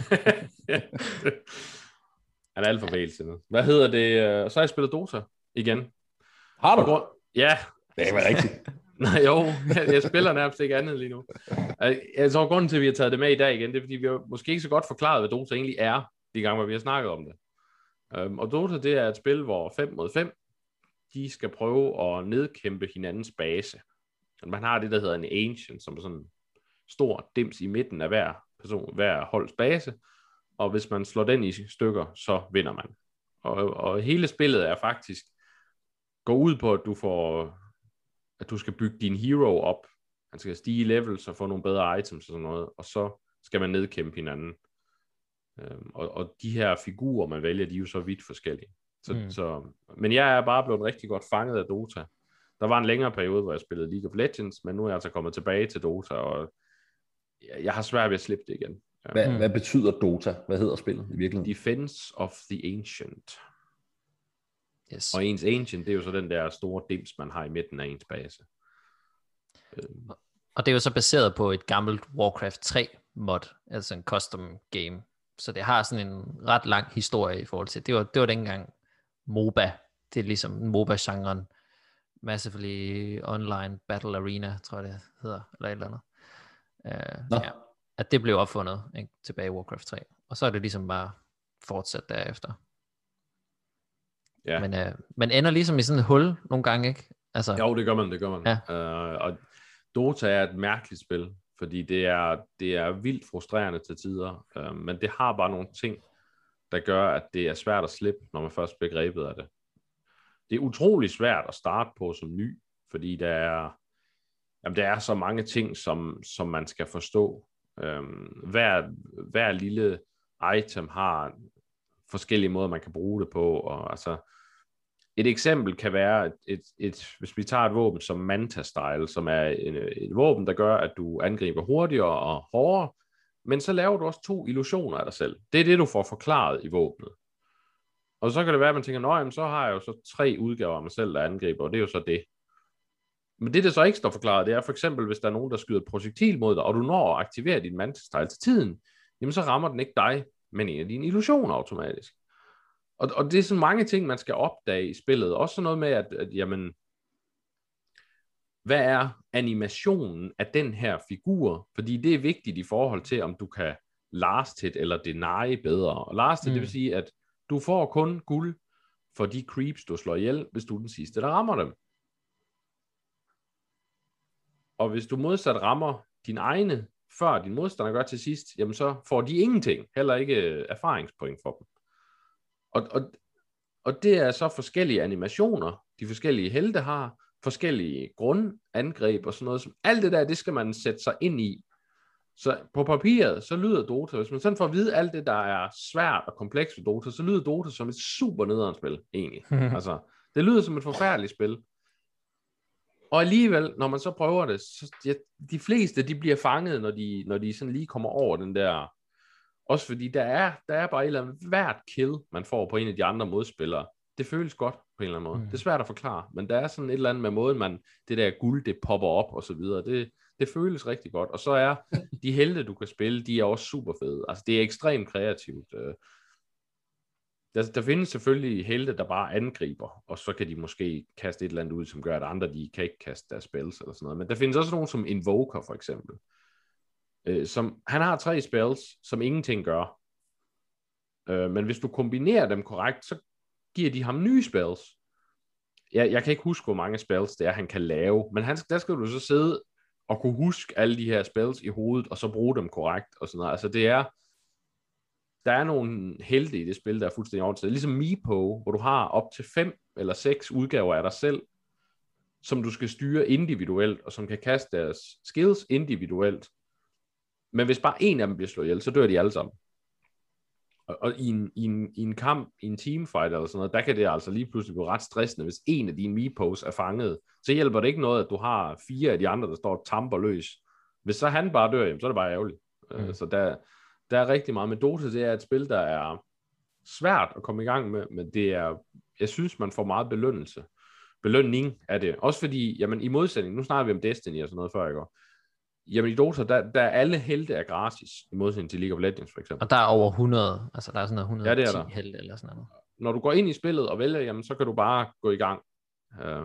Han er alt for vælsende. Hvad hedder det? Så har jeg spillet Dota igen. Har du? Grund... Ja. Det er rigtigt. Nej, jo. Jeg spiller nærmest ikke andet lige nu. Jeg tror, grunden til, at vi har taget det med i dag igen, det er, fordi vi har måske ikke så godt forklaret, hvad Dota egentlig er, de gange, hvor vi har snakket om det. Og Dota, det er et spil, hvor fem mod fem, de skal prøve at nedkæmpe hinandens base. Man har det, der hedder en ancient, som er sådan en stor dims i midten af hver person, hver holds base, og hvis man slår den i stykker, så vinder man. Og, og hele spillet er faktisk går ud på, at du får, at du skal bygge din hero op. Han skal stige i levels og få nogle bedre items og sådan noget, og så skal man nedkæmpe hinanden. Øhm, og, og de her figurer, man vælger, de er jo så vidt forskellige. Så, mm. så, men jeg er bare blevet rigtig godt fanget af Dota. Der var en længere periode, hvor jeg spillede League of Legends, men nu er jeg altså kommet tilbage til Dota, og jeg har svært ved at slippe det igen. Ja. Hvad, mm. hvad betyder Dota? Hvad hedder spillet i virkeligheden? Defense of the Ancient. Yes. Og ens Ancient, det er jo så den der store dims, man har i midten af ens base. Og det er jo så baseret på et gammelt Warcraft tre mod, altså en custom game. Så det har sådan en ret lang historie i forhold til, det var, det var dengang MOBA, det er ligesom MOBA-genren, Massively Online Battle Arena, tror jeg det hedder, eller et eller andet. Uh, ja, at det blev opfundet, ikke, tilbage i Warcraft tre, og så er det ligesom bare fortsat derefter. Ja. Men uh, man ender ligesom i sådan et hul nogle gange, ikke? Altså, jo, det gør man, det gør man. Ja. Uh, og Dota er et mærkeligt spil, fordi det er, det er vildt frustrerende til tider, uh, men det har bare nogle ting, der gør, at det er svært at slippe, når man først bliver grebet af det. Det er utrolig svært at starte på som ny, fordi der er Jamen, der er så mange ting, som, som man skal forstå. Øhm, hver, hver lille item har forskellige måder, man kan bruge det på. Og, altså, et eksempel kan være, et, et, et, hvis vi tager et våben som Manta-style, som er et, et våben, der gør, at du angriber hurtigere og hårdere, men så laver du også to illusioner af dig selv. Det er det, du får forklaret i våbnet. Og så kan det være, at man tænker, nå, så har jeg jo så tre udgaver af mig selv, der angriber, og det er jo så det. Men det, der så ikke står forklaret, det er for eksempel, hvis der er nogen, der skyder et projektil mod dig, og du når at aktivere din Manta-style til tiden, jamen så rammer den ikke dig, men en af dine illusioner automatisk. Og, og det er sådan mange ting, man skal opdage i spillet. Også sådan noget med, at, at jamen, hvad er animationen af den her figur? Fordi det er vigtigt i forhold til, om du kan last hit eller deny bedre. Og last hit, mm. det vil sige, at du får kun guld for de creeps, du slår ihjel, hvis du er den sidste, der rammer dem. Og hvis du modsat rammer din egne, før din modstander gør til sidst, jamen så får de ingenting, heller ikke erfaringspoint for dem. Og, og, og det er så forskellige animationer, de forskellige helte har, forskellige grundangreb og sådan noget. Som, alt det der, det skal man sætte sig ind i. Så på papiret, så lyder Dota, hvis man sådan får at vide alt det, der er svært og komplekst ved Dota, så lyder Dota som et super nederen spil, egentlig. Altså, det lyder som et forfærdeligt spil. Og alligevel, når man så prøver det, så ja, de fleste, de bliver fanget, når de, når de sådan lige kommer over den der. Også fordi der er, der er bare et eller andet, hvert kill, man får på en af de andre modspillere, det føles godt på en eller anden måde. Mm. Det er svært at forklare, men der er sådan et eller andet med måden, man, det der guld, det popper op og så videre. Det, det føles rigtig godt. Og så er de helte, du kan spille, de er også super fede. Altså, det er ekstremt kreativt. Der, der findes selvfølgelig helte, der bare angriber, og så kan de måske kaste et eller andet ud, som gør, at andre, de kan ikke kaste deres spells eller sådan noget. Men der findes også nogen som Invoker, for eksempel. Øh, som, han har tre spells, som ingenting gør. Øh, men hvis du kombinerer dem korrekt, så giver de ham nye spells. Jeg, jeg kan ikke huske, hvor mange spells det er, han kan lave, men han, der skal du så sidde og kunne huske alle de her spells i hovedet, og så bruge dem korrekt og sådan noget. Altså det er, der er nogle helte i det spil, der er fuldstændig overtaget. Ligesom Meepo, hvor du har op til fem eller seks udgaver af dig selv, som du skal styre individuelt, og som kan kaste deres skills individuelt. Men hvis bare en af dem bliver slået ihjel, så dør de alle sammen. Og, og i, en, i, en, i en kamp, i en teamfight eller sådan noget, der kan det altså lige pludselig blive ret stressende, hvis en af dine Meepos er fanget. Så hjælper det ikke noget, at du har fire af de andre, der står og tamper løs. Hvis så han bare dør, så er det bare ærgerligt. Mm. Så der, der er rigtig meget. Men Dota, det er et spil, der er svært at komme i gang med, men det er, jeg synes, man får meget belønnelse. Belønning af det. Også fordi, jamen i modsætning, nu snakker vi om Destiny og sådan noget før, ikke? Jamen i Dota, der, der er alle helte er gratis, i modsætning til League of Legends for eksempel. Og der er over hundrede, altså der er sådan noget hundrede og ti ja, helte eller sådan noget. Når du går ind i spillet og vælger, jamen så kan du bare gå i gang. Uh,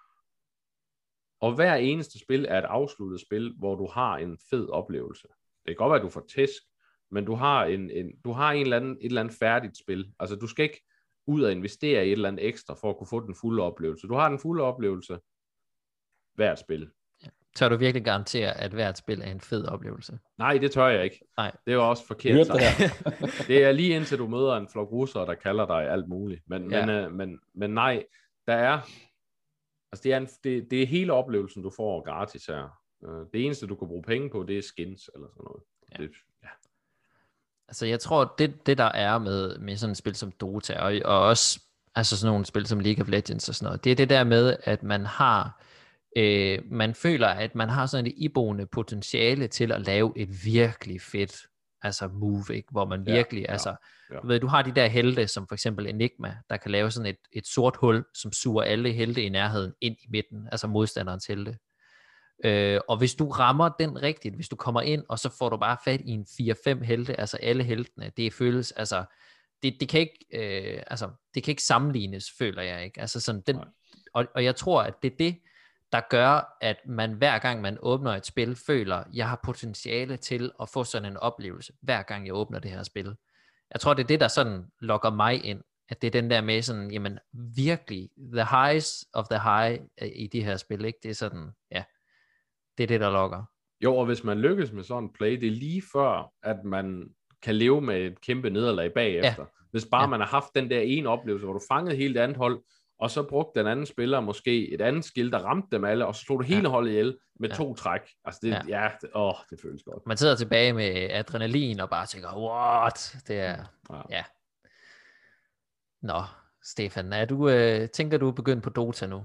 og hver eneste spil er et afsluttet spil, hvor du har en fed oplevelse. Det kan godt være, at du får tæsk, men du har en, en, du har en eller anden, et eller andet færdigt spil. Altså du skal ikke ud og investere i et eller andet ekstra, for at kunne få den fulde oplevelse. Du har den fulde oplevelse hvert spil. Tør du virkelig garantere, at hvert spil er en fed oplevelse? Nej, det tør jeg ikke. Nej. Det er jo også forkert. Det, det er lige indtil du møder en flok russere, der kalder dig alt muligt. Men, ja. men, øh, men, men nej, der er, altså det er, en, det, det er hele oplevelsen, du får gratis her. Det eneste, du kan bruge penge på, det er skins eller sådan noget. Ja. Det, ja. Altså jeg tror, det, det der er med, med sådan et spil som Dota, og, og også altså sådan nogle spil som League of Legends og sådan noget, det er det der med, at man har Øh, man føler, at man har sådan et iboende potentiale til at lave et virkelig fedt altså move, ikke? Hvor man virkelig, ja, altså, ja, ja. Du ved, du har de der helte, som for eksempel Enigma, der kan lave sådan et, et sort hul, som suger alle helte i nærheden ind i midten, altså modstanderens helte. Øh, og hvis du rammer den rigtigt, hvis du kommer ind, og så får du bare fat i en fire fem helte, altså alle heltene, det føles, altså, det, det kan ikke, øh, altså, det kan ikke sammenlignes, føler jeg ikke. Altså sådan den, og, og jeg tror, at det er det, der gør, at man hver gang man åbner et spil, føler, jeg har potentiale til at få sådan en oplevelse, hver gang jeg åbner det her spil. Jeg tror, det er det, der sådan lokker mig ind, at det er den der med sådan, jamen virkelig, the highs of the high i de her spil, ikke? Det er sådan, ja, det er det, der lokker. Jo, og hvis man lykkes med sådan en play, det er lige før, at man kan leve med et kæmpe nederlag bagefter. Ja. Hvis bare ja. man har haft den der ene oplevelse, hvor du fangede hele det andet hold, og så brugte den anden spiller måske et andet skill, der ramte dem alle, og så slog du hele ja. holdet ihjel med ja. to træk. Altså det, ja, ja det, åh, det føles godt. Man sidder tilbage med adrenalin og bare tænker, what? Det er, ja. ja. Nå, Stefan, er du, øh, tænker du begyndt på Dota nu?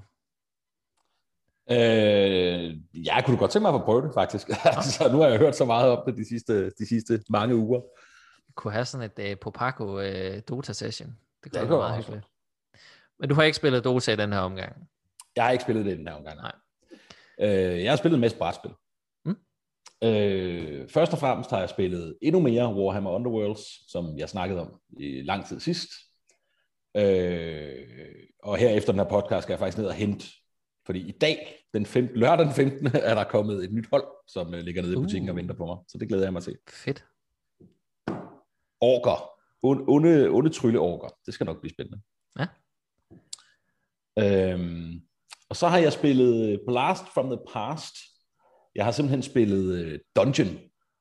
Øh, ja, kunne du godt tænke mig at prøve det, faktisk. Altså, nu har jeg hørt så meget om det de sidste, de sidste mange uger. Vi kunne have sådan et uh, Popako uh, Dota-session. Det kunne være meget hyggeligt. Men du har ikke spillet Dota i den her omgang? Jeg har ikke spillet det i den her omgang. Nej. Øh, jeg har spillet mest brætspil. Mm. Øh, først og fremmest har jeg spillet endnu mere Warhammer Underworlds, som jeg snakkede om i lang tid sidst. Øh, og her efter den her podcast skal jeg faktisk ned og hente, fordi i dag, den femte, lørdag den femtende er der kommet et nyt hold, som ligger nede i butikken uh. og venter på mig. Så det glæder jeg mig til. Fedt. Orker. Onde, onde trylle orker. Det skal nok blive spændende. Ja. Øhm, og så har jeg spillet Blast from the Past. Jeg har simpelthen spillet Dungeon.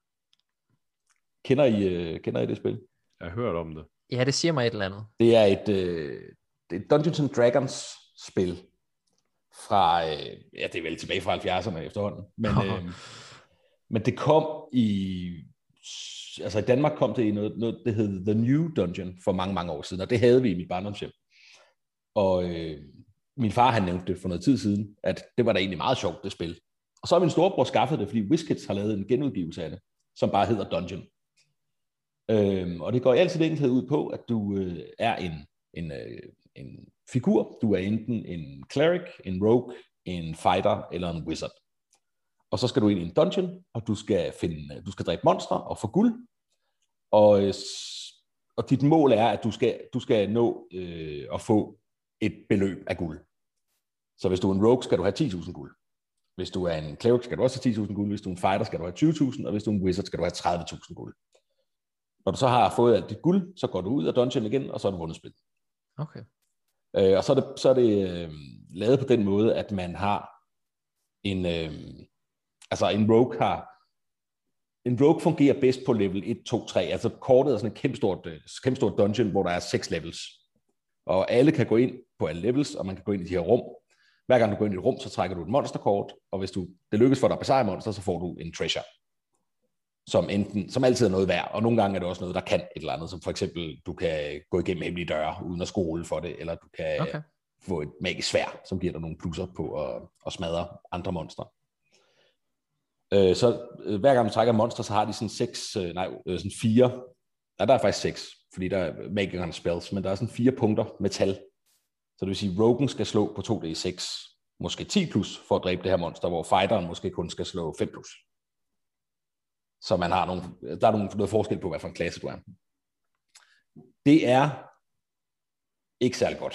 Kender I, kender I det spil? Jeg har hørt om det. Ja, det siger mig et eller andet. Det er et, det er et Dungeons and Dragons spil fra, ja, det er vel tilbage fra halvfjerdserne efterhånden. Men, oh. øh, men det kom i, altså i Danmark kom det i noget, noget, det hed The New Dungeon for mange, mange år siden, og det havde vi i mit barndomshjem. Og øh, min far, han nævnte det for noget tid siden, at det var da egentlig meget sjovt, det spil. Og så har min storebror skaffet det, fordi WizKids har lavet en genudgivelse af det, som bare hedder Dungeon. Øhm, og det går i al sin enkelhed ud på, at du øh, er en, en, øh, en figur. Du er enten en cleric, en rogue, en fighter eller en wizard. Og så skal du ind i en dungeon, og du skal finde, du skal dræbe monstre og få guld. Og, øh, og dit mål er, at du skal, du skal nå øh, at få et beløb af guld. Så hvis du er en rogue, skal du have ti tusind guld. Hvis du er en cleric, skal du også have ti tusind guld. Hvis du er en fighter, skal du have tyve tusind. Og hvis du er en wizard, skal du have tredive tusind guld. Når du så har fået alt dit guld, så går du ud af dungeon igen, og så er du vundet spil. Okay. Øh, og så er det, så er det øh, lavet på den måde, at man har en, øh, altså en rogue har, en rogue fungerer bedst på level et, to, tre. Altså kortet er sådan et kæmpestort, kæmpestort dungeon, hvor der er seks levels. Og alle kan gå ind på alle levels, og man kan gå ind i de her rum. Hver gang du går ind i et rum, så trækker du et monsterkort, og hvis du, det lykkes for dig at besejre monster, så får du en treasure. Som enten, som altid er noget værd, og nogle gange er det også noget, der kan et eller andet, som for eksempel, du kan gå igennem hemmelige døre, uden at scrolle for det, eller du kan okay. få et magisk sværd, som giver dig nogle plusser på at, at smadre andre monstre. Øh, så øh, hver gang du trækker monster, så har de sådan seks, øh, nej, øh, sådan fire, nej, der er faktisk seks, fordi der er magic spells, men der er sådan fire punkter med tal. Så det vil sige, at rogen skal slå på to d seks, måske ti plus, for at dræbe det her monster, hvor fighteren måske kun skal slå fem plus. Så man har nogle, der er nogle, noget forskel på, hvad for en klasse du er. Det er ikke særlig godt.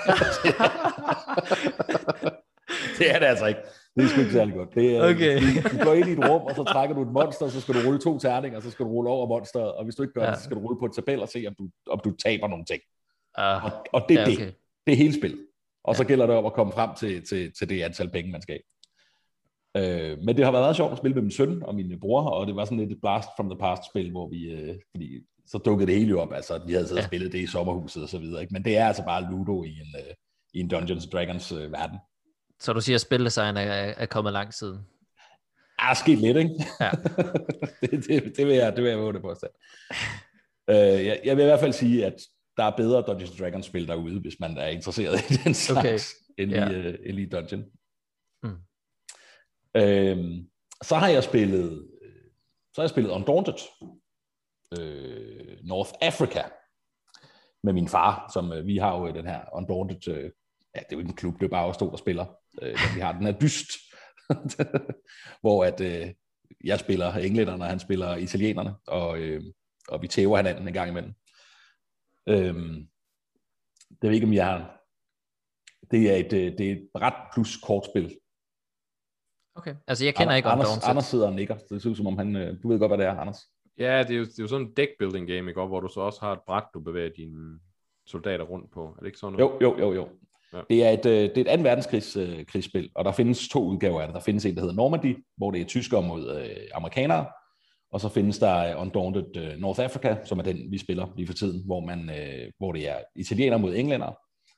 Det er det altså ikke. Det er sgu ikke særlig godt. Det er, okay. du, du går ind i et rum, og så trækker du et monster, og så skal du rulle to terninger, og så skal du rulle over monsteret, og hvis du ikke gør ja. det, så skal du rulle på et tabel og se, om du, om du taber nogle ting. Uh, og, og det er ja, okay. det. Det er hele spillet. Og ja. så gælder det om at komme frem til, til, til det antal penge, man skal have. Øh, men det har været meget sjovt at spille med min søn og min bror, og det var sådan lidt et Blast from the Past spil, hvor vi, øh, fordi så dukkede det hele jo op, altså at vi havde siddet ja. og spillet det i sommerhuset og så videre, ikke? Men det er altså bare Ludo i en, øh, i en Dungeons and Dragons øh, verden. Så du siger, at spildesign er, er kommet lang siden? Ja, er sket lidt, ikke? Ja. det, det, det vil jeg, det vil jeg våge det på at øh, jeg, jeg vil i hvert fald sige, at der er bedre Dungeons and Dragons spil derude, hvis man er interesseret i den slags, okay. end, ja. i, øh, end i Dungeon. Mm. Øhm, så har jeg spillet så har jeg spillet Undaunted øh, North Africa med min far, som øh, vi har jo den her Undaunted, øh, ja, det er jo ikke en klub, det er bare os to, der spiller, øh, vi har den her dyst hvor at øh, jeg spiller englænderne, og han spiller italienerne, og, øh, og vi tæver hinanden en gang imellem. øhm, det ved ikke om jeg har det er et, det er et bræt plus kortspil. Okay, altså jeg kender ikke Anders, Undaunted. Anders sidder og nikker, det ser ud som om han, du ved godt, hvad det er, Anders. Ja, det er jo, det er jo sådan en deck-building game, ikke? Hvor du så også har et bræt, du bevæger dine soldater rundt på. Er det ikke sådan noget? Jo, jo, jo, jo. Ja. Det er et, det er et anden verdenskrigsspil, og der findes to udgaver af det. Der findes en, der hedder Normandy, hvor det er tyskere mod øh, amerikanere, og så findes der Undaunted øh, North Africa, som er den, vi spiller lige for tiden, hvor, man, øh, hvor det er italienere mod englænder.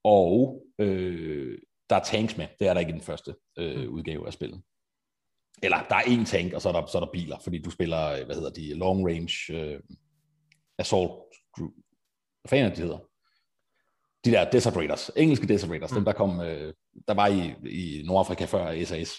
Og øh, der er tanks med. Det er der ikke i den første øh, udgave af spillet. Eller der er én tank, og så er der, så er der biler, fordi du spiller, hvad hedder de, long range øh, assault group. Hvad fanden er de hedder? De der Desert Raiders, engelske Desert Raiders, mm. dem der kom, øh, der var i, i Nordafrika før S A S.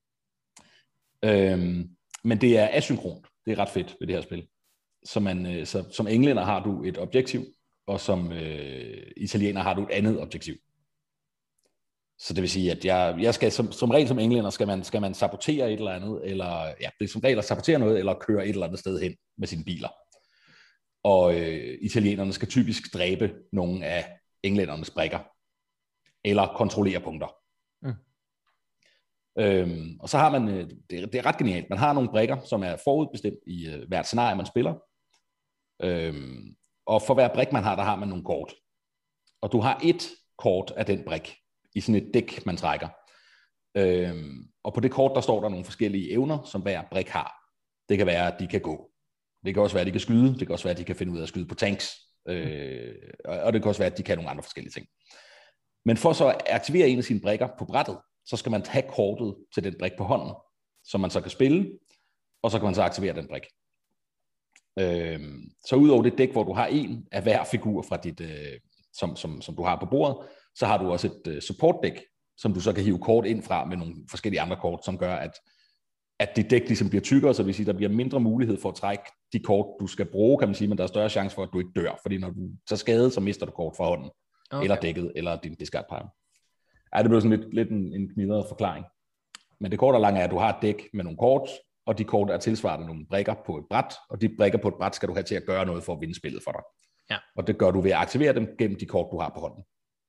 Øhm, men det er asynkront. Det er ret fedt ved det her spil. Så man, øh, så, som englænder har du et objektiv, og som øh, italiener har du et andet objektiv. Så det vil sige, at jeg, jeg skal som, som regel som englænder, skal man, skal man sabotere et eller andet, eller ja, det er som regel at sabotere noget, eller køre et eller andet sted hen med sine biler. Og øh, italienerne skal typisk dræbe nogle af englændernes brikker, eller kontrollere punkter. Mm. Øhm, og så har man, øh, det, det er ret genialt, man har nogle brikker, som er forudbestemt i øh, hvert scenarie, man spiller. Øhm, og for hver brik, man har, der har man nogle kort. Og du har et kort af den brik, i sådan et dæk, man trækker. Øhm, og på det kort, der står der nogle forskellige evner, som hver brik har. Det kan være, at de kan gå. Det kan også være, at de kan skyde. Det kan også være, at de kan finde ud af at skyde på tanks. Øh, og det kan også være, at de kan nogle andre forskellige ting. Men for så at aktivere en af sine brikker på brættet, så skal man tage kortet til den brik på hånden, som man så kan spille, og så kan man så aktivere den brik. Øh, så udover det dæk, hvor du har en af hver figur fra dit, øh, som, som, som du har på bordet, så har du også et uh, support-dæk, som du så kan hive kort ind fra med nogle forskellige andre kort, som gør, at, at dit dæk ligesom bliver tykkere, så det vil sige, at der bliver mindre mulighed for at trække de kort, du skal bruge, kan man sige, men der er større chance for, at du ikke dør, fordi når du tager skade, så mister du kort fra hånden, okay. eller dækket, eller din discardpile. Ja, det bliver sådan lidt, lidt en, en knidret forklaring. Men det korte og lange er, at du har et dæk med nogle kort, og de kort er tilsvarende nogle brikker på et bræt, og de brikker på et bræt skal du have til at gøre noget for at vinde spillet for dig. Ja. Og det gør du ved at aktivere dem gennem de kort, du har på hånden.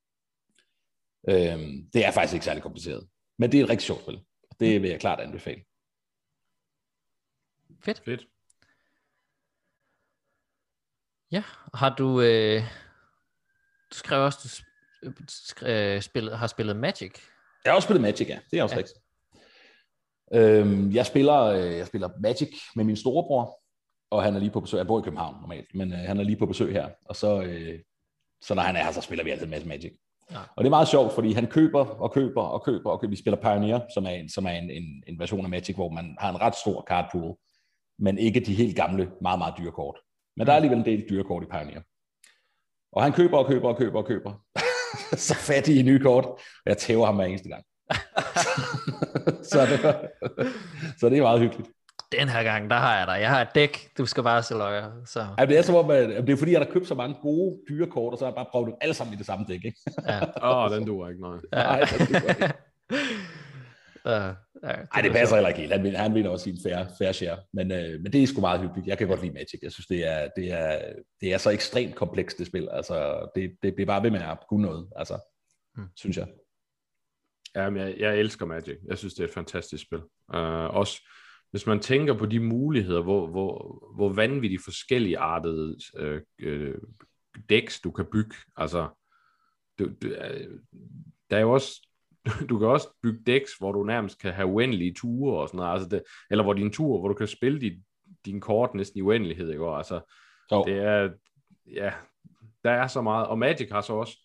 Øhm, det er faktisk ikke særlig kompliceret. Men det er et rigtig sjovt spil. Det vil jeg klart anbefale. Fedt. Fedt. Ja, har du... Øh, du skrev også, du skrev, spillet, har spillet Magic. Jeg har også spillet Magic, ja. Det er også ja. rigtigt. Øhm, jeg, spiller, jeg spiller Magic med min storebror, og han er lige på besøg. Jeg bor i København normalt, men øh, han er lige på besøg her. Og så, øh, så når han er her, så spiller vi altid med Magic. Ja. Og det er meget sjovt, fordi han køber og køber og køber og køber. Vi spiller Pioneer, som er, en, som er en, en, en version af Magic, hvor man har en ret stor card pool, men ikke de helt gamle, meget, meget dyre kort. Men der er alligevel en del dyre kort i Pioneer. Og han køber og køber og køber og køber. Så fattig i nye kort, og jeg tæver ham hver eneste gang. så, det var, så det er meget hyggeligt. Den her gang, der har jeg dig. Jeg har et dæk, du skal bare se løjer. Så. Ja, det er som om, at det er fordi, jeg har købt så mange gode dyre kort, og så har jeg bare prøvet dem alle sammen i det samme dæk, ikke? Ja. Åh, oh, den duer ikke, nej. Ja. Nej, den duer ikke. Uh, ja, det Ej, det passer heller ikke helt. Han vinder, han vinder også sin fair, fair share. Men, øh, men det er sgu meget hyggeligt. Jeg kan godt lide Magic. Jeg synes, det er, det er, det er så ekstremt komplekst, det spil. Altså, det, det bliver bare ved med at kunne noget, altså, hmm. synes jeg. Jamen, jeg, jeg elsker Magic. Jeg synes, det er et fantastisk spil. Uh, også hvis man tænker på de muligheder, hvor, hvor, hvor vanvittigt forskellige artede øh, øh, decks, du kan bygge. Altså, du, du, der er jo også du kan også bygge decks, hvor du nærmest kan have uendelige ture og sådan noget, altså det, eller hvor dine ture, hvor du kan spille din, din kort næsten i uendelighed, ikke? Altså, oh. det er, ja, der er så meget, og Magic har så også,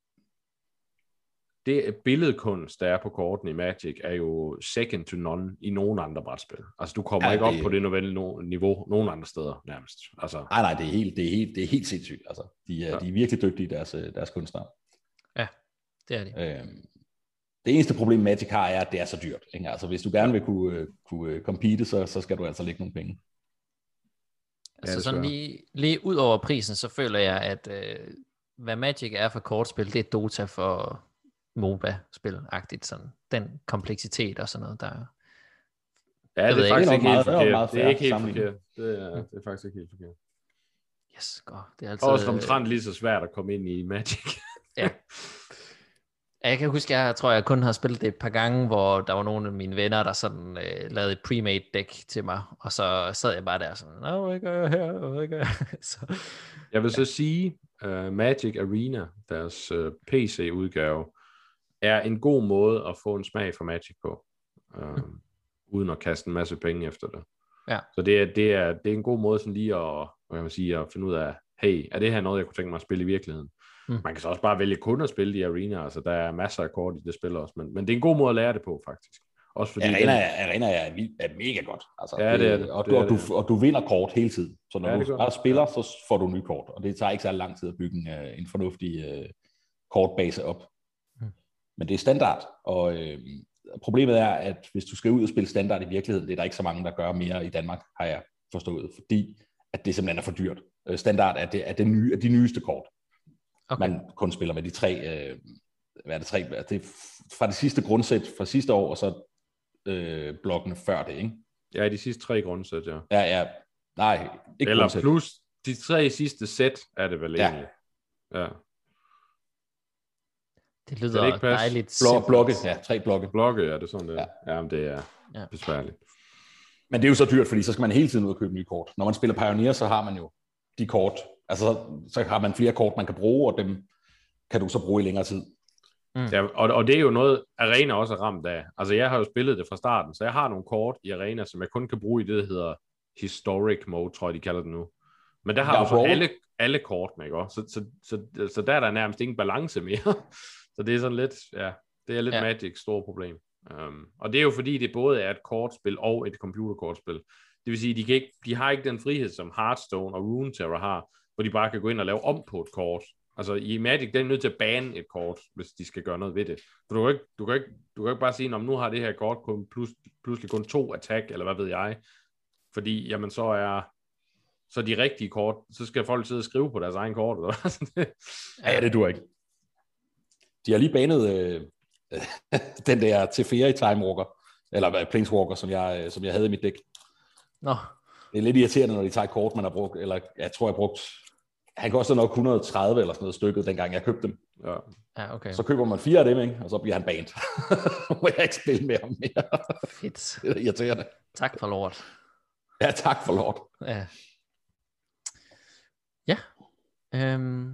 det billedkunst, der er på korten i Magic, er jo second to none i nogen andre brætspil. Altså, du kommer ja, ikke op det... på det niveau nogen andre steder, nærmest. Altså... Nej, nej, det er helt, det er helt, det er helt sindssygt, altså. De er, ja. de er virkelig dygtige, deres, deres kunstnere. Ja, det er de. Øhm, Det eneste problem Magic har, er, at det er så dyrt. Ikke? Altså, hvis du gerne vil kunne, kunne compete, så, så skal du altså lægge nogle penge. Altså ja, sådan lige, lige ud over prisen, så føler jeg, at øh, hvad Magic er for kortspil, det er Dota for MOBA-spil-agtigt. Sådan. Den kompleksitet og sådan noget, der er... Ja, det, det er faktisk ikke helt forkert. Det er ikke helt forkert. Det er, det er faktisk ikke helt forkert. Yes, godt. Det er altid... Også omtrent lige så svært at komme ind i Magic. Ja. Jeg kan huske, jeg tror, jeg kun har spillet det et par gange, hvor der var nogle af mine venner, der sådan øh, lavede et pre-made deck til mig, og så sad jeg bare der sådan, nå, hvad gør jeg her, hvad gør jeg? Så, jeg vil så ja. sige, uh, Magic Arena, deres uh, P C-udgave, er en god måde at få en smag for Magic på, uh, mm. uden at kaste en masse penge efter det. Ja. Så det er, det, er, det er en god måde sådan lige at, hvad kan man sige, at finde ud af hey, er det her noget, jeg kunne tænke mig at spille i virkeligheden? Mm. Man kan så også bare vælge kun at spille i Arena, altså der er masser af kort i det spil også, men, men det er en god måde at lære det på, faktisk. Også fordi Arena, den... er, Arena er, er mega godt. Altså, ja, det er det. Og, det, du, er og, du, det. og du vinder kort hele tiden. Så når ja, du bare spiller, så får du nye kort. Og det tager ikke så lang tid at bygge en, en fornuftig uh, kortbase op. Mm. Men det er standard. Og øh, problemet er, at hvis du skal ud og spille standard i virkeligheden, det er der ikke så mange, der gør mere i Danmark, har jeg forstået. Fordi at det simpelthen er for dyrt. Standard er, det, er, det nye, er de nyeste kort. Okay. Man kun spiller med de tre... Øh, hvad er det, tre? Det er fra det sidste grundsæt fra sidste år, og så øh, blokkene før det, ikke? Ja, de sidste tre grundsæt, ja. Ja, ja. Nej, ikke eller grundsæt. Plus de tre sidste sæt er det vel egentlig. Ja. ja. Det lyder det dejligt. Blok, blokke, ja, tre blokke. Blokke, ja, det er sådan det. Ja, ja men det er ja. besværligt. Men det er jo så dyrt, fordi så skal man hele tiden ud og købe nye kort. Når man spiller Pioneer, så har man jo de kort. Altså, så, så har man flere kort, man kan bruge, og dem kan du så bruge i længere tid. Mm. Ja, og, og det er jo noget, Arena også er ramt af. Altså, jeg har jo spillet det fra starten, så jeg har nogle kort i Arena, som jeg kun kan bruge i det, der hedder Historic Mode, tror jeg, de kalder det nu. Men der har ja, du så alle, alle kort med, ikke? Så, så, så, så der er der nærmest ingen balance mere. Så det er sådan lidt, ja, det er lidt ja. Magic store problem. Um, og det er jo fordi, det både er et kortspil og et computerkortspil. Det vil sige, de, kan ikke, de har ikke den frihed, som Hearthstone og Runeterra har, hvor de bare kan gå ind og lave om på et kort. Altså i Magic, den er nødt til at bane et kort, hvis de skal gøre noget ved det. For du kan ikke, du kan ikke, du kan ikke bare sige, om nu har det her kort kun plus, pludselig kun to attack, eller hvad ved jeg. Fordi, jamen så er så de rigtige kort, så skal folk sidde og skrive på deres egen kort. Eller? ja, det dur ikke. De har lige banet øh, den der Teferi Time Walker, eller Planeswalker, som jeg, som jeg havde i mit dæk. Nå. Det er lidt irriterende, når de tager et kort, man har brugt, eller jeg tror, jeg har brugt, han kostede nok et hundrede og tredive eller sådan noget stykket, dengang jeg købte dem. Ja. Ja, okay. Så køber man fire af dem, ikke? Og så bliver han banet. Må jeg ikke spille med ham mere. Fedt. Det er irriterende. Tak for lort. Ja, tak for lort. Ja. Ja. Øhm.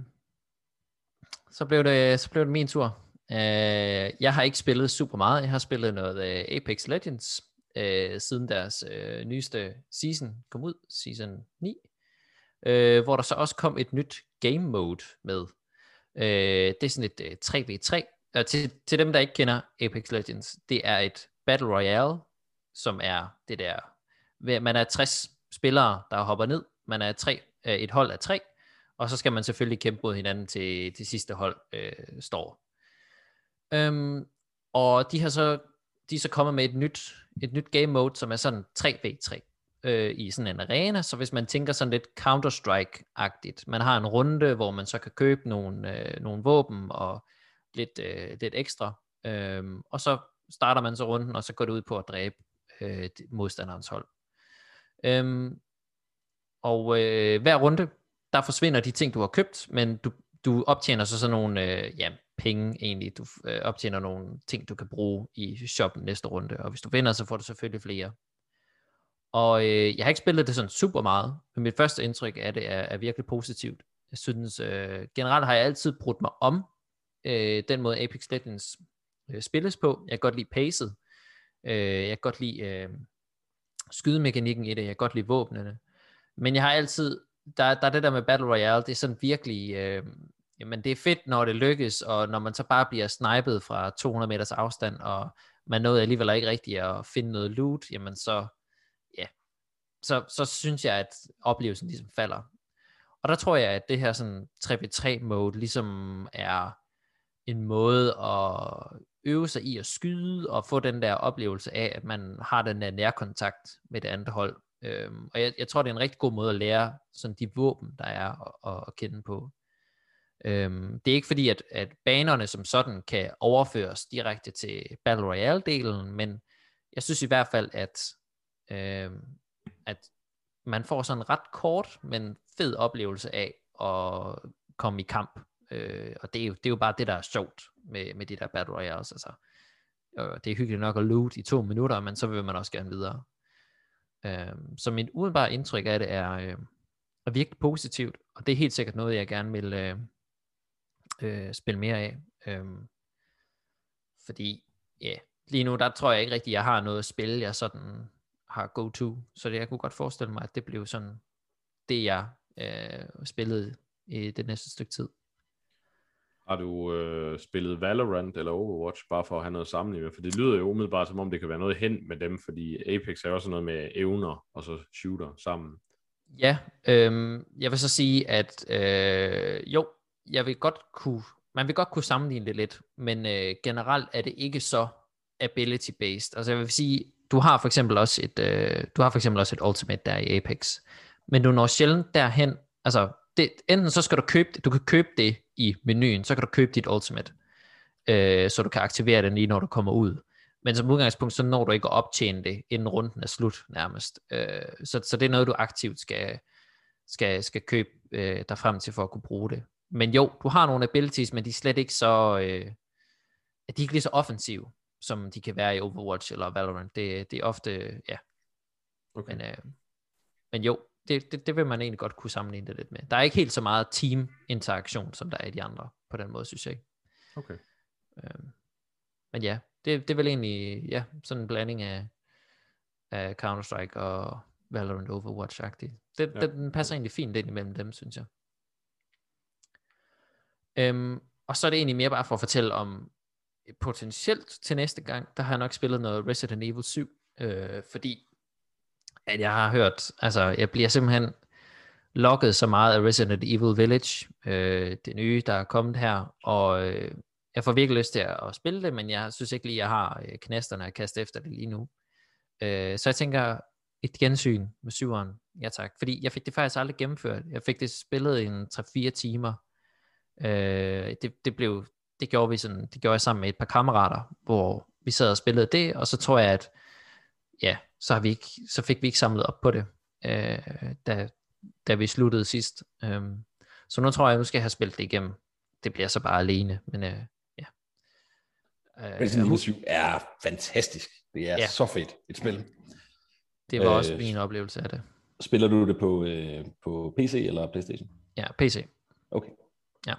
Så blev det, så blev det min tur. Uh, jeg har ikke spillet super meget. Jeg har spillet noget uh, Apex Legends uh, siden deres uh, nyeste season kom ud, season ni, uh, hvor der så også kom et nyt game mode med. Uh, det er sådan et uh, tre v tre. Uh, til, til dem, der ikke kender Apex Legends, det er et Battle Royale, som er det der, man er tres spillere, der hopper ned. Man er tre, uh, et hold af tre. Og så skal man selvfølgelig kæmpe mod hinanden til det sidste hold øh, står. Øhm, og de har så de er så kommet med et nyt et nyt game mode, som er sådan tre v tre øh, i sådan en arena. Så hvis man tænker sådan lidt Counter-Strike-agtigt, man har en runde, hvor man så kan købe nogle øh, nogle våben og lidt øh, lidt ekstra, øhm, og så starter man så runden, og så går det ud på at dræbe øh, modstanderens hold. Øhm, og øh, hver runde der forsvinder de ting, du har købt, men du, du optjener så sådan nogle øh, ja, penge egentlig. Du øh, optjener nogle ting, du kan bruge i shoppen næste runde, og hvis du vinder, så får du selvfølgelig flere. Og øh, jeg har ikke spillet det sådan super meget, men mit første indtryk af det er, er virkelig positivt. Jeg synes, øh, generelt har jeg altid brudt mig om øh, den måde Apex Legends øh, spilles på. Jeg kan godt lide pacet. Øh, jeg kan godt lide øh, skydemekanikken i det. Jeg kan godt lide våbnene. Men jeg har altid Der, der er det der med Battle Royale, det er sådan virkelig, øh, jamen det er fedt, når det lykkes, og når man så bare bliver snipet fra to hundrede meters afstand, og man nåede alligevel ikke rigtigt at finde noget loot, jamen så, ja, så, så synes jeg, at oplevelsen ligesom falder. Og der tror jeg, at det her sådan tre v tre mode ligesom er en måde at øve sig i at skyde, og få den der oplevelse af, at man har den der nærkontakt med det andet hold. Øhm, og jeg, jeg tror det er en rigtig god måde at lære sådan de våben der er at, at, at kende på. Øhm, det er ikke fordi at, at banerne som sådan kan overføres direkte til Battle Royale delen, men jeg synes i hvert fald at øhm, at man får sådan en ret kort men fed oplevelse af at komme i kamp, øh, og det er, jo, det er jo bare det der er sjovt med, med de der Battle Royales. Altså, øh, det er hyggeligt nok at loot i to minutter, men så vil man også gerne videre. Uh, så mit umiddelbare indtryk af det er, uh, er virkelig positivt, og det er helt sikkert noget, jeg gerne vil uh, uh, spille mere af. Um, fordi, ja, yeah, lige nu, der tror jeg ikke rigtigt, jeg har noget at spille, jeg sådan har go-to, så det, jeg kunne godt forestille mig, at det blev sådan, det jeg øh, spillet i det næste stykke tid. Har du øh, spillet Valorant eller Overwatch, bare for at have noget sammenligning med? For det lyder jo umiddelbart, som om det kan være noget hen med dem, fordi Apex er også noget med evner, og så shooter sammen. Ja, øh, jeg vil så sige, at øh, jo, jeg vil godt kunne, man vil godt kunne sammenligne det lidt, men øh, generelt er det ikke så ability-based. Altså jeg vil sige, du har for eksempel også et, øh, du har for eksempel også et ultimate der i Apex, men du når sjældent derhen, altså det, enten så skal du købe det, du kan købe det i menuen, så kan du købe dit ultimate, øh, så du kan aktivere det lige når du kommer ud. Men som udgangspunkt, så når du ikke at optjene det, inden runden er slut nærmest. Øh, så, så det er noget, du aktivt skal, skal, skal købe øh, dig frem til for at kunne bruge det. Men jo, du har nogle abilities, men de er slet ikke så, øh, de er ikke lige så offensive, som de kan være i Overwatch eller Valorant. Det, det er ofte, ja. Okay. Men, øh, men jo, det, det, det vil man egentlig godt kunne sammenligne det lidt med. Der er ikke helt så meget team-interaktion, som der er i de andre, på den måde, synes jeg. Okay. Øh, men ja, det, det er vel egentlig, ja, sådan en blanding af, af Counter-Strike og Valorant Overwatch-agtigt. Det, ja. Den passer egentlig fint ind imellem dem, synes jeg. Øhm, og så er det egentlig mere bare for at fortælle om potentielt til næste gang, der har jeg nok spillet noget Resident Evil syv, øh, fordi at jeg har hørt, altså jeg bliver simpelthen lokket så meget af Resident Evil Village, øh, det nye, der er kommet her, og øh, jeg får virkelig lyst til at, at spille det, men jeg synes ikke lige, jeg har øh, knasterne at kaste efter det lige nu. Øh, så jeg tænker, et gensyn med syveren, ja tak, fordi jeg fik det faktisk aldrig gennemført. Jeg fik det spillet i en tre fire timer. Øh, det, det blev, det gjorde vi sådan, det gjorde jeg sammen med et par kammerater, hvor vi sad og spillede det, og så tror jeg, at ja, så, har vi ikke, så fik vi ikke samlet op på det, øh, da, da vi sluttede sidst. Øh, så nu tror jeg, at nu skal jeg have spillet det igennem. Det bliver så bare alene, men øh, ja. Øh, Resident Evil syv er fantastisk. Det er ja. så fedt et spil. Det var øh, også min oplevelse af det. Spiller du det på, øh, på P C eller PlayStation? Ja, P C. Okay. Ja.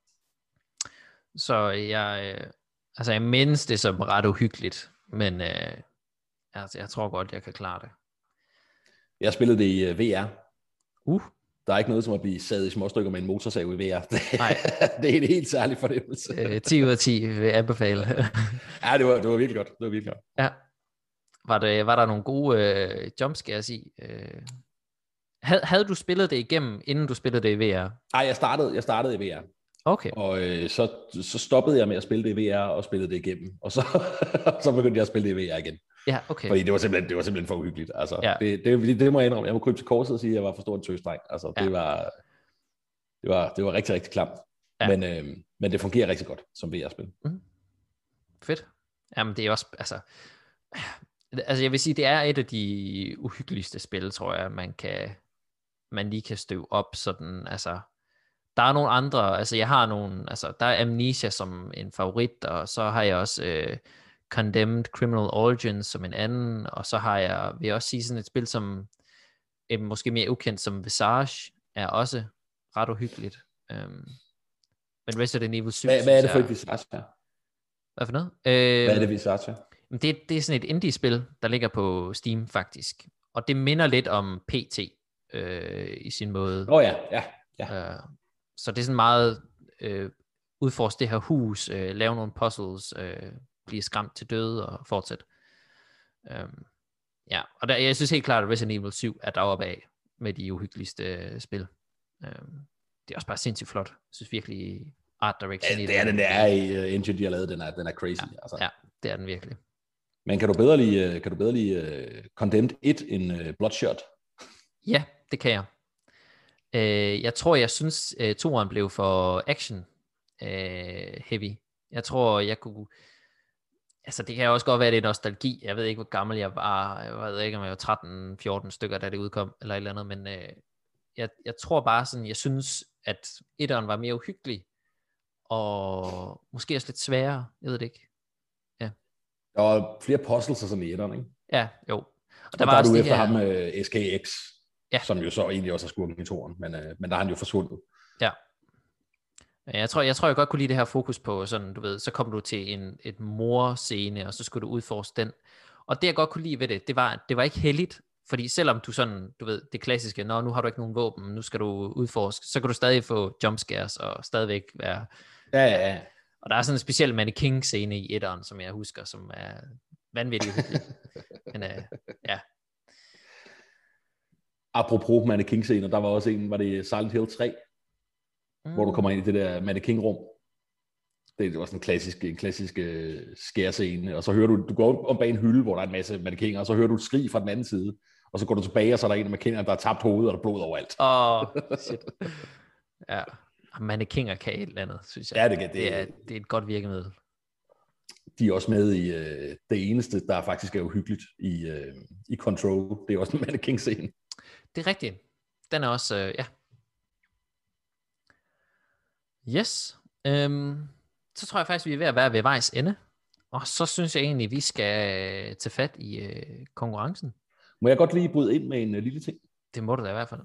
Så jeg, øh, altså jeg mindes det som ret uhyggeligt, men øh, altså jeg tror godt, jeg kan klare det. Jeg spillede det i uh, V R. Uh. Der er ikke noget som at blive sadet i småstykker med en motorsav i V R. Nej. Det er en helt særlig fornemmelse. Øh, ti ud af ti vil jeg anbefale. Ja, det var, det var virkelig godt. Det var virkelig godt. Ja. Var, det, var der nogle gode øh, jumpscares i? Øh, havde, havde du spillet det igennem, inden du spillede det i V R? Nej, jeg startede, jeg startede i V R. Okay. Og øh, så, så stoppede jeg med at spille det i V R og spillede det igennem. Og så, så begyndte jeg at spille det i V R igen. Ja, okay. Fordi det var simpelthen, det var simpelthen for uhyggeligt. Altså, ja. det, det, det må jeg indrømme. Jeg må krybe til korset og sige, at jeg var for stor en tøsdreng. Altså, det, ja. var, det, var, det var rigtig, rigtig klamt. Ja. Men, øh, men det fungerer rigtig godt som V R-spil. Mm. Fedt. Jamen, det er også, altså... Altså, jeg vil sige, det er et af de uhyggeligste spil, tror jeg, man kan... man lige kan støve op sådan, altså... Der er nogle andre, altså jeg har nogle, altså der er Amnesia som en favorit, og så har jeg også øh, Condemned Criminal Origins som en anden, og så har jeg, vil jeg også sige sådan et spil som, øh, måske mere ukendt som Visage, er også ret uhyggeligt. Um, men Resident Evil syv, hvad, hvad er det for et Visage her? Hvad for noget? Øh, hvad er det Visage her? Det, det er sådan et indie-spil, der ligger på Steam faktisk, og det minder lidt om P T øh, i sin måde. Åh oh, ja, ja, ja. Øh, Så det er sådan meget øh, udforske det her hus, øh, lave nogle puzzles, øh, blive skræmt til døde og fortsætte. Um, ja, og der, jeg synes helt klart, at Resident Evil syv er deroppe af med de uhyggeligste øh, spil. Um, det er også bare sindssygt flot. Jeg synes virkelig, art direction ja, i det. er den der i uh, engine, de har lavet, den er, den er crazy. Ja, altså. ja, det er den virkelig. Men kan du bedre lide, kan du bedre lide uh, Condemned et end uh, Bloodshot? Ja, det kan jeg. Uh, jeg tror, jeg synes, uh, toeren blev for action uh, heavy. Jeg tror, jeg kunne... Altså, det kan også godt være, det er nostalgi. Jeg ved ikke, hvor gammel jeg var. Jeg ved ikke, om jeg var tretten fjorten stykker, da det udkom, eller et eller andet, men uh, jeg, jeg tror bare sådan, jeg synes, at etteren var mere uhyggelig, og måske også lidt sværere. Jeg ved det ikke. Ja. Der var flere puzzles og sådan i etteren, ikke? Ja, jo. Og der, der var var der er du efter her... ham uh, S K X, ja. Som jo så egentlig også er skurken i toeren, men, uh, men der er han jo forsvundet. Ja. Jeg tror, jeg tror, jeg godt kunne lide det her fokus på sådan, du ved, så kom du til en et morscene, og så skulle du udforske den. Og det, jeg godt kunne lide ved det, det var, det var ikke heldigt, Fordi selvom du sådan, du ved, det klassiske, når nu har du ikke nogen våben, nu skal du udforske, så kan du stadig få jumpscares og stadigvæk være... Ja, ja, ja. Og der er sådan en speciel mannequin-scene i etteren, som jeg husker, som er vanvittigt hyggelig. Men øh, ja. Apropos mannequin-scener, der var også en, var det Silent Hill tre, mm. hvor du kommer ind i det der mannequin-rum. Det, det var sådan en klassisk, en klassisk uh, skærscene, og så hører du, du går om bag en hylde, hvor der er en masse mannequiner, og så hører du et skrig fra den anden side, og så går du tilbage, og så er der en af mannequinerne, der har tabt hovedet, og der er blod overalt. Åh, oh, shit. Ja, mannequiner kan et eller andet, synes jeg. Ja, det kan det. Det er, det er et godt virkemiddel. De er også med i uh, det eneste, der faktisk er uhyggeligt i, uh, i Control. Det er også en mannequin-scene. Det er rigtigt. Den er også, uh, ja. Yes. Um, så tror jeg faktisk, vi er ved at være ved vejs ende. Og så synes jeg egentlig, vi skal tage fat i uh, konkurrencen. Må jeg godt lige bryde ind med en uh, lille ting? Det må du da i hvert fald.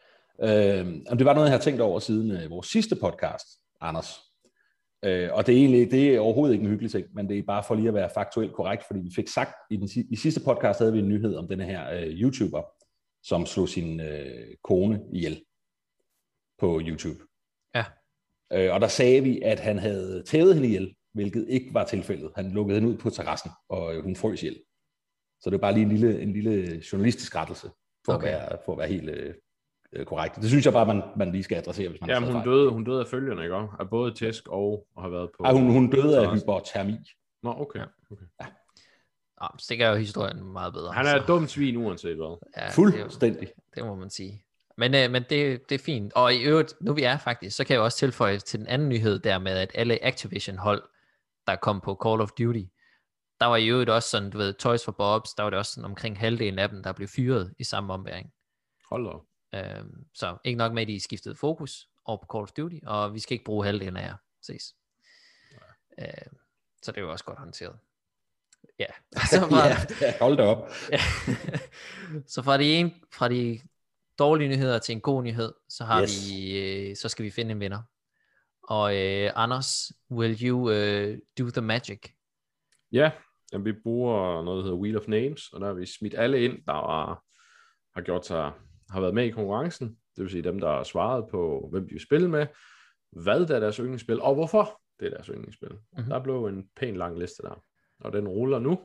Uh, det var noget, jeg har tænkt over siden uh, vores sidste podcast, Anders. Uh, og det er egentlig det er overhovedet ikke en hyggelig ting, men det er bare for lige at være faktuelt korrekt, fordi vi fik sagt, i den i sidste podcast havde vi en nyhed om denne her uh, YouTuber, som slog sin uh, kone ihjel på YouTube. Ja. Uh, og der sagde vi, at han havde tævet hende ihjel, hvilket ikke var tilfældet. Han lukkede hende ud på terrassen, og hun frøs ihjel. Så det er bare lige en lille, en lille journalistisk rettelse, for, okay. at, være, for at være helt øh, korrekt. Det synes jeg bare, man, man lige skal adressere, hvis man ja, har hun fejl. døde, hun døde af følgerne, ikke? Af både tæsk og at have været på... Ej, hun, hun døde af hypotermi. Nå, okay. okay. Ja. Ja, så det gør jo historien meget bedre. Han er så. et dumt svin uanset hvad. Ja, fuldstændig. Det, det må man sige. Men, øh, men det, det er fint. Og i øvrigt, nu vi er faktisk, så kan jeg også tilføje til den anden nyhed der med, at alle Activision-hold, der kom på Call of Duty, der var i øvrigt også sådan, du ved, Toys for Bobs, der var det også sådan omkring halvdelen af dem, der blev fyret i samme ombæring. Hold da. Øhm, så ikke nok med, at de skiftede fokus over på Call of Duty, og vi skal ikke bruge halvdelen af jer. Ses. Øh, så det er jo også godt håndteret. Ja. Så fra, ja, hold da op. ja. Så fra de, ene, fra de dårlige nyheder til en god nyhed, så har yes. vi, øh, så skal vi finde en vinder. Og øh, Anders, will you uh, do the magic? Ja, jamen, vi bruger noget, der hedder Wheel of Names, og der har vi smidt alle ind, der var, har gjort sig, har været med i konkurrencen. Det vil sige dem, der har svaret på, hvem de vil spille med, hvad der er deres yndlingsspil, og hvorfor det er deres yndlingsspil. Mm-hmm. Der blev en pæn lang liste der, og den ruller nu.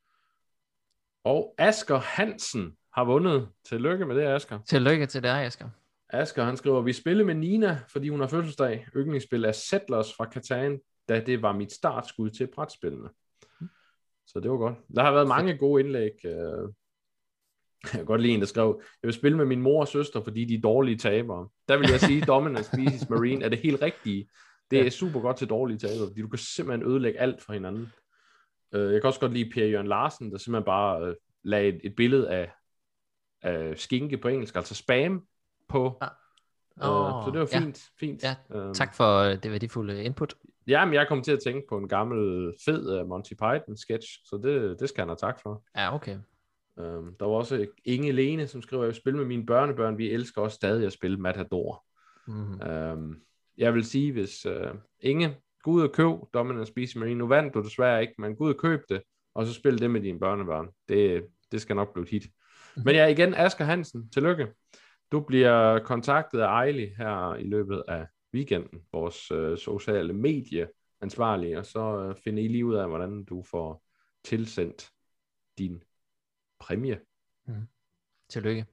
Og Asger Hansen har vundet. Tillykke med det, Asger. Tillykke til dig, Asger. Asger, han skriver, vi spiller med Nina, fordi hun har fødselsdag. Yndlingsspil er Settlers fra Catan, da det var mit startskud til brætspillene. Mm. Så det var godt. Der har været mange gode indlæg. Jeg kan godt lide en, der skrev, jeg vil spille med min mor og søster, fordi de er dårlige tabere. Der vil jeg sige, Dominant Species Marine er det helt rigtige. Det er super godt til dårlige tabere, fordi du kan simpelthen ødelægge alt for hinanden. Jeg kan også godt lide Per Jørgen Larsen, der simpelthen bare lagde et, et billede af, af skinke på engelsk, altså spam, på. Ah. Oh, uh, så det var fint. Ja. fint. Ja. Um, tak for det værdifulde input. Ja, men jeg kom til at tænke på en gammel fed uh, Monty Python sketch, så det, det skal han have tak for. Ja, okay. Um, der var også Inge Lene, som skriver, jeg vil spille med mine børnebørn, vi elsker også stadig at spille Matador. Mm. Um, jeg vil sige, hvis uh, Inge, gå ud og køb Dominant Species Marine, nu vandt du desværre ikke, men gå ud og køb det, og så spil det med dine børnebørn. Det, det skal nok blive et hit. Mm. Men ja, igen, Asger Hansen, tillykke. Du bliver kontaktet af Ejli her i løbet af weekenden, vores øh, sociale medieansvarlige, og så øh, finder I lige ud af, hvordan du får tilsendt din præmie. Mm. Tillykke.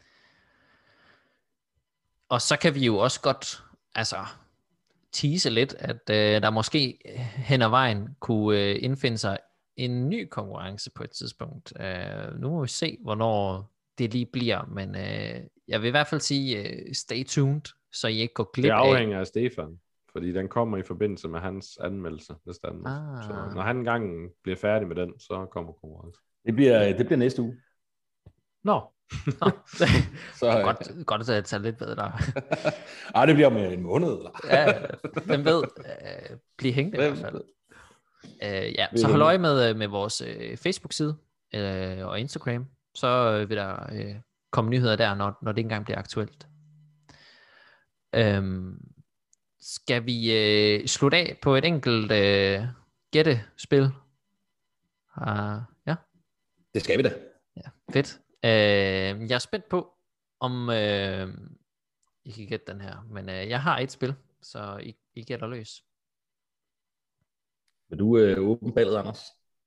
Og så kan vi jo også godt altså tease lidt, at øh, der måske hen ad vejen kunne øh, indfinde sig en ny konkurrence på et tidspunkt. Øh, nu må vi se, hvornår det lige bliver, men øh, jeg vil i hvert fald sige, uh, stay tuned, så I ikke går glip af. Det afhænger af, af Stefan, fordi den kommer i forbindelse med hans anmeldelse. Ah. Så når han engang bliver færdig med den, så kommer konkurrencen. Det bliver, det bliver næste uge. Nå. Nå. så, godt, godt at tage lidt ved der. Ej, det bliver om en måned. Eller? Ja, hvem ved, uh, bliv hængende i hvert fald. Uh, ja, så hold øje med, med vores uh, Facebook-side uh, og Instagram, så uh, vil der uh, komme nyheder der, når, når det engang bliver aktuelt. Um, skal vi uh, slutte af på et enkelt uh, gættespil? Uh, ja. Det skal vi da. Ja, fedt. Øh, jeg er spændt på, om øh, I kan gætte den her. Men øh, jeg har et spil, så I, I gætter løs. Vil du øh, åbne ballet, Anders?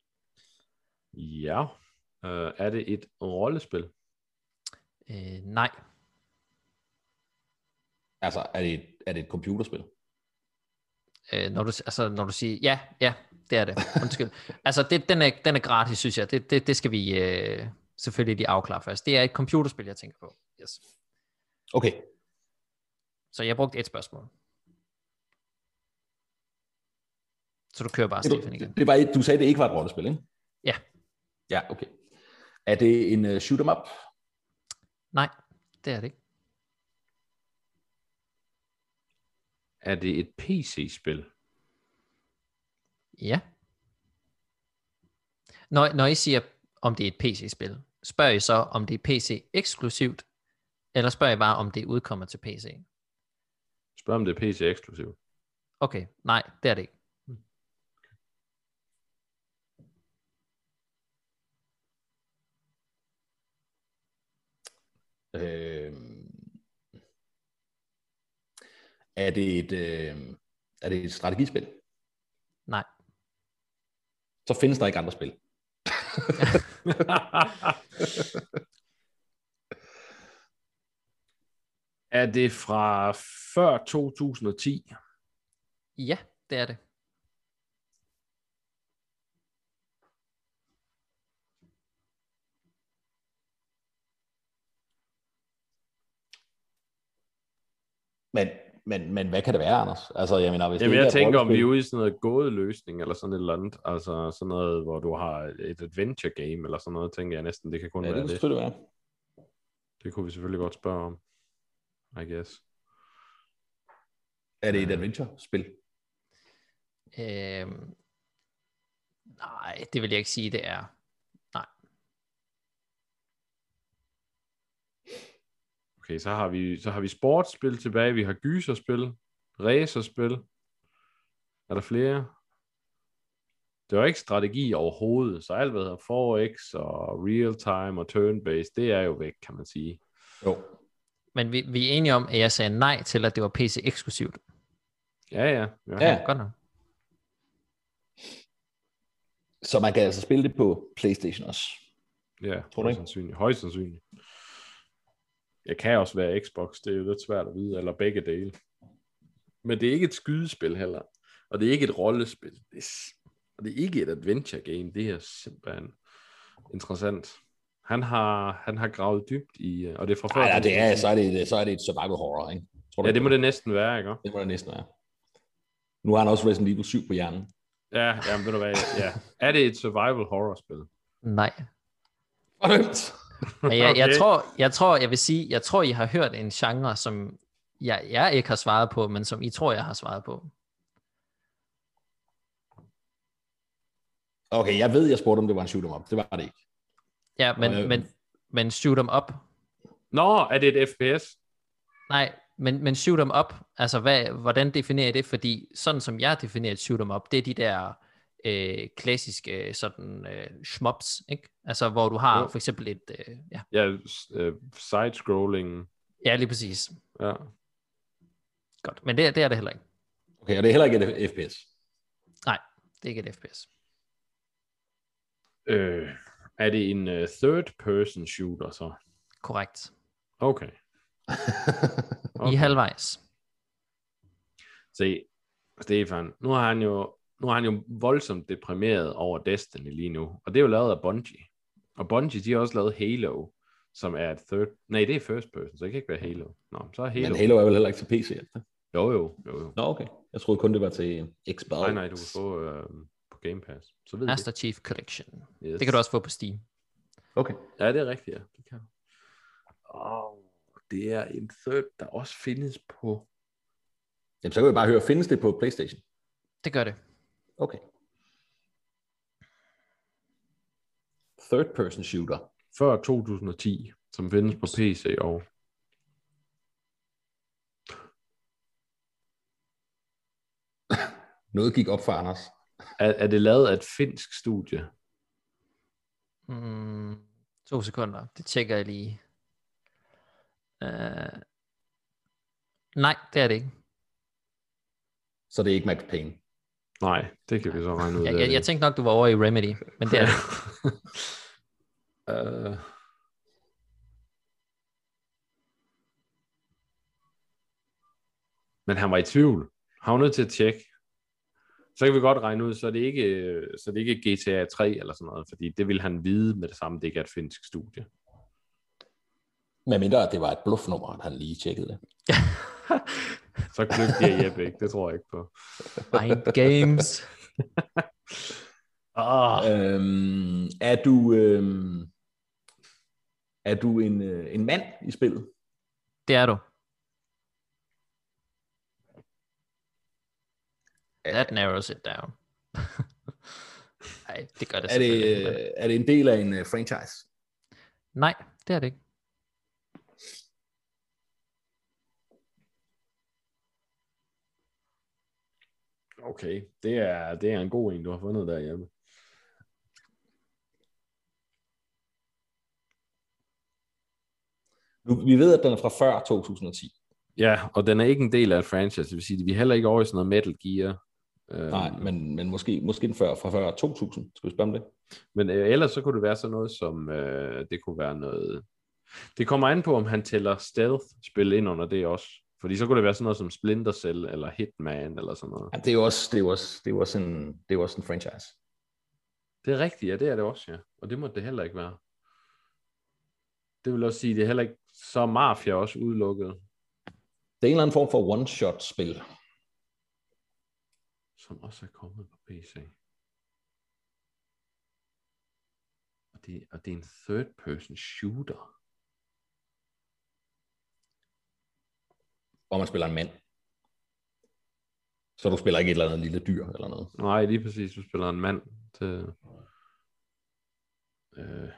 Ja. Øh, er det et rollespil? Øh, nej. Altså, er det, et, er det et computerspil? Øh, når, du, altså, når du siger, ja, ja, det er det. Undskyld. altså, det, den, er, den er gratis, synes jeg. Det, det, det skal vi øh, selvfølgelig lige afklare først. Det er et computerspil, jeg tænker på. Yes. Okay. Så jeg brugte et spørgsmål. Så du kører bare, Det, Stefan, igen. det, det var et, du sagde, det ikke var et rollespil, ikke? Ja. Ja, okay. Er det en uh, shoot 'em up? Nej, det er det ikke. Er det et P C-spil? Ja. Når, når I siger, om det er et P C-spil, spørger I så, om det er P C-eksklusivt, eller spørger I bare, om det udkommer til P C? Spørg om det er P C-eksklusivt. Okay, nej, det er det ikke. Øh, er det et øh, er det et strategispil? Nej. Så findes der ikke andre spil. Er det fra før to tusind og ti? Ja, det er det. Men, men, men hvad kan det være, Anders? Altså, jeg mener, hvis Jamen, det jeg ikke er et tænker, om vi er rollespil- ude i sådan noget gådeløsning, eller sådan et eller andet. Altså sådan noget, hvor du har et adventure game, eller sådan noget, tænker jeg næsten, det kan kun Ja, det være kunne det. selvfølgelig være. Det kunne vi selvfølgelig godt spørge om, I guess. Er det et adventure-spil? Øhm, nej, det vil jeg ikke sige, det er. Nej. Okay, så har vi, så har vi sportsspil tilbage, vi har gyserspil, racerspil. Er der flere? Det var ikke strategi overhovedet, så alt hvad hedder four X og real time og turn-based, det er jo væk, kan man sige. Jo. Men vi, vi er enige om, at jeg sagde nej til, at det var P C-eksklusivt. Ja, ja. ja. Ja. Godt nok. Så man kan altså spille det på PlayStation også. Ja, Tror du højst ikke? sandsynligt. Højst sandsynligt. Jeg kan også være Xbox, det er jo lidt svært at vide, eller begge dele. Men det er ikke et skydespil heller. Og det er ikke et rollespil. Det er, og det er ikke et adventure game. Det er simpelthen interessant. Han har, han har gravet dybt i, og det er fra før. Nej, nej, det er, så, er det, så er det et survival horror, ikke? Tror du Ja, ikke det må det næsten være, ikke? Det må det næsten være. Nu har han også Resident Evil syv på hjernen. Ja, jamen, ved du hvad, ja. Er det et survival horror-spil? Nej. Fordømt. Men jeg, jeg, Okay. tror, jeg tror, jeg vil sige, jeg tror, I har hørt en genre, som jeg, jeg ikke har svaret på, men som I tror, jeg har svaret på. Okay, jeg ved, jeg spurgte, om det var en shoot 'em up. Det var det ikke. Ja, men, Øh. men, men shoot 'em up. Nå, er det et F P S? Nej, men, men shoot 'em up, altså hvad, hvordan definerer I det? Fordi sådan som jeg definerer et shoot 'em up, det er de der øh, klassiske sådan øh, shmups, ikke? Altså hvor du har Jo. for eksempel et, øh, ja, Ja, øh, side-scrolling. ja lige præcis. Ja. Godt, men det, det er det heller ikke. Okay, og det er heller ikke et F P S. Nej, det er ikke et F P S. Øh, er det en uh, third-person shooter så? Korrekt. Okay. I er halvvejs. Se, Stefan, nu har han jo nu er han jo voldsomt deprimeret over Destiny lige nu, og det er jo lavet af Bungie. Og Bungie, de har også lavet Halo, som er et third... Nej, det er first person, så det kan ikke være Halo. Nå, så er Halo... Men Halo er vel heller ikke til P C, er det? Jo, jo, jo, jo. Nå, okay. Jeg troede kun, det var til Xbox. Nej, nej, du kan få øh, på Game Pass. Så ved Master Chief Collection. det. Yes. Det kan du også få på Steam. Okay. Ja, det er rigtigt, ja. Det kan du. Åh, det er en third, der også findes på... Jamen, så kan vi bare høre, findes det på PlayStation? Det gør det. Okay. Third person shooter. Før to tusind og ti, som findes på P C og... Noget gik op for Anders. Er, er det lavet af et finsk studie? Mm, To sekunder. Det tjekker jeg lige. Uh, nej, det er det ikke. Så det er ikke Max Payne. Nej, det kan vi så regne ud. Jeg, det er jeg, det jeg ikke. tænkte nok, du var over i Remedy, men det er det. uh... Men han var i tvivl. Han var nødt til at tjekke. Så kan vi godt regne ud, så er det ikke, så er det ikke G T A tre eller sådan noget, fordi det vil han vide med det samme, det ikke er et finsk studie. Med mindre, at det var et bluffnummer, at han lige tjekkede det. Så kløgte jeg Jeppe ikke, det tror jeg ikke på. Mind games. Ah. Øhm, er du, øhm, er du en, øh, en mand i spillet? Det er du. That narrows it down. Nej, det gør det Er selvfølgelig ikke. det, er det en del af en uh, franchise? Nej, det er det ikke. Okay, det er, det er en god en, du har fundet der, Jeppe. Nu, vi ved, at den er fra før to tusind og ti. Ja, og den er ikke en del af et franchise, det vil sige, at vi er heller ikke over i sådan noget Metal Gear. Nej, men, men måske, måske den før, fra før to tusind. Skal vi spørge om det? Men øh, ellers så kunne det være sådan noget som, øh, det kunne være noget, det kommer an på, om han tæller stealth-spil ind under det også. Fordi så kunne det være sådan noget som Splinter Cell, eller Hitman, eller sådan noget. Ja, det er jo også, det er jo også, det er jo også, en, det er jo også en franchise. Det er rigtigt, ja, det er det også, ja. Og det må det heller ikke være. Det vil også sige, det er heller ikke så Mafia også udelukket. Det er en eller anden form for one-shot-spil. Som også er kommet på P C. Og det, og det er en third-person shooter. Hvor man spiller en mand. Så du spiller ikke et eller andet lille dyr eller noget. Nej, lige præcis. Du spiller en mand til... Øh...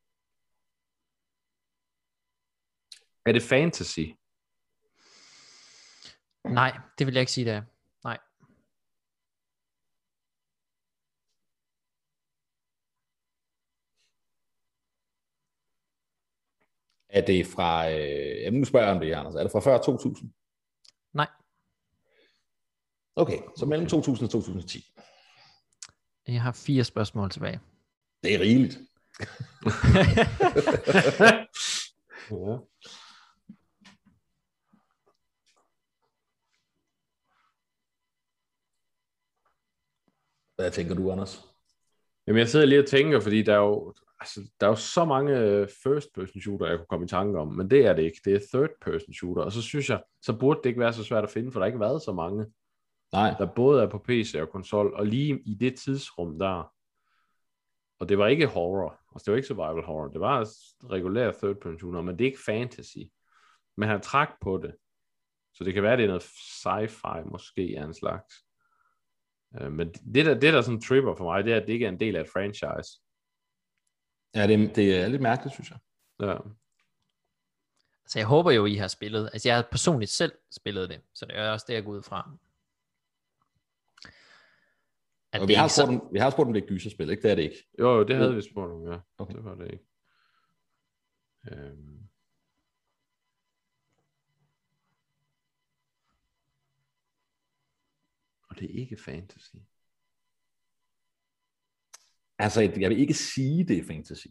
Er det fantasy? Nej, det vil jeg ikke sige, det er. Nej. Er det fra... Øh, jamen, nu spørger jeg om det, Anders. Er det fra før to tusind? Nej. Okay, så mellem to tusind og to tusind og ti. Jeg har fire spørgsmål tilbage. Det er rigeligt. Ja. Hvad tænker du, Anders? Jamen, jeg sidder lige og tænker, fordi der er jo, altså, der er jo så mange first-person shooter, jeg kunne komme i tanke om, men det er det ikke. Det er third-person shooter, og så synes jeg, så burde det ikke være så svært at finde, for der har ikke været så mange, Nej. der både er på P C og konsol, og lige i det tidsrum der, og det var ikke horror, altså det var ikke survival horror, det var regulær third-person shooter, men det er ikke fantasy. Men han trak på det, så det kan være, det er noget sci-fi måske af en slags. Men det der, det der sådan tripper for mig, det er, at det ikke er en del af et franchise. Ja, det, det er lidt mærkeligt, synes jeg. Ja. Altså jeg håber jo, I har spillet. Altså jeg har personligt selv spillet det, så det er også det, jeg går ud fra. At vi, har spurgt, så... vi har spurgt, om det er gyserspil, ikke? Det er det ikke. Jo, jo, det havde vi spurgt om, ja. Okay. Det var det ikke. Øhm. Og det er ikke fantasy. Altså, jeg vil ikke sige, det er fantasy.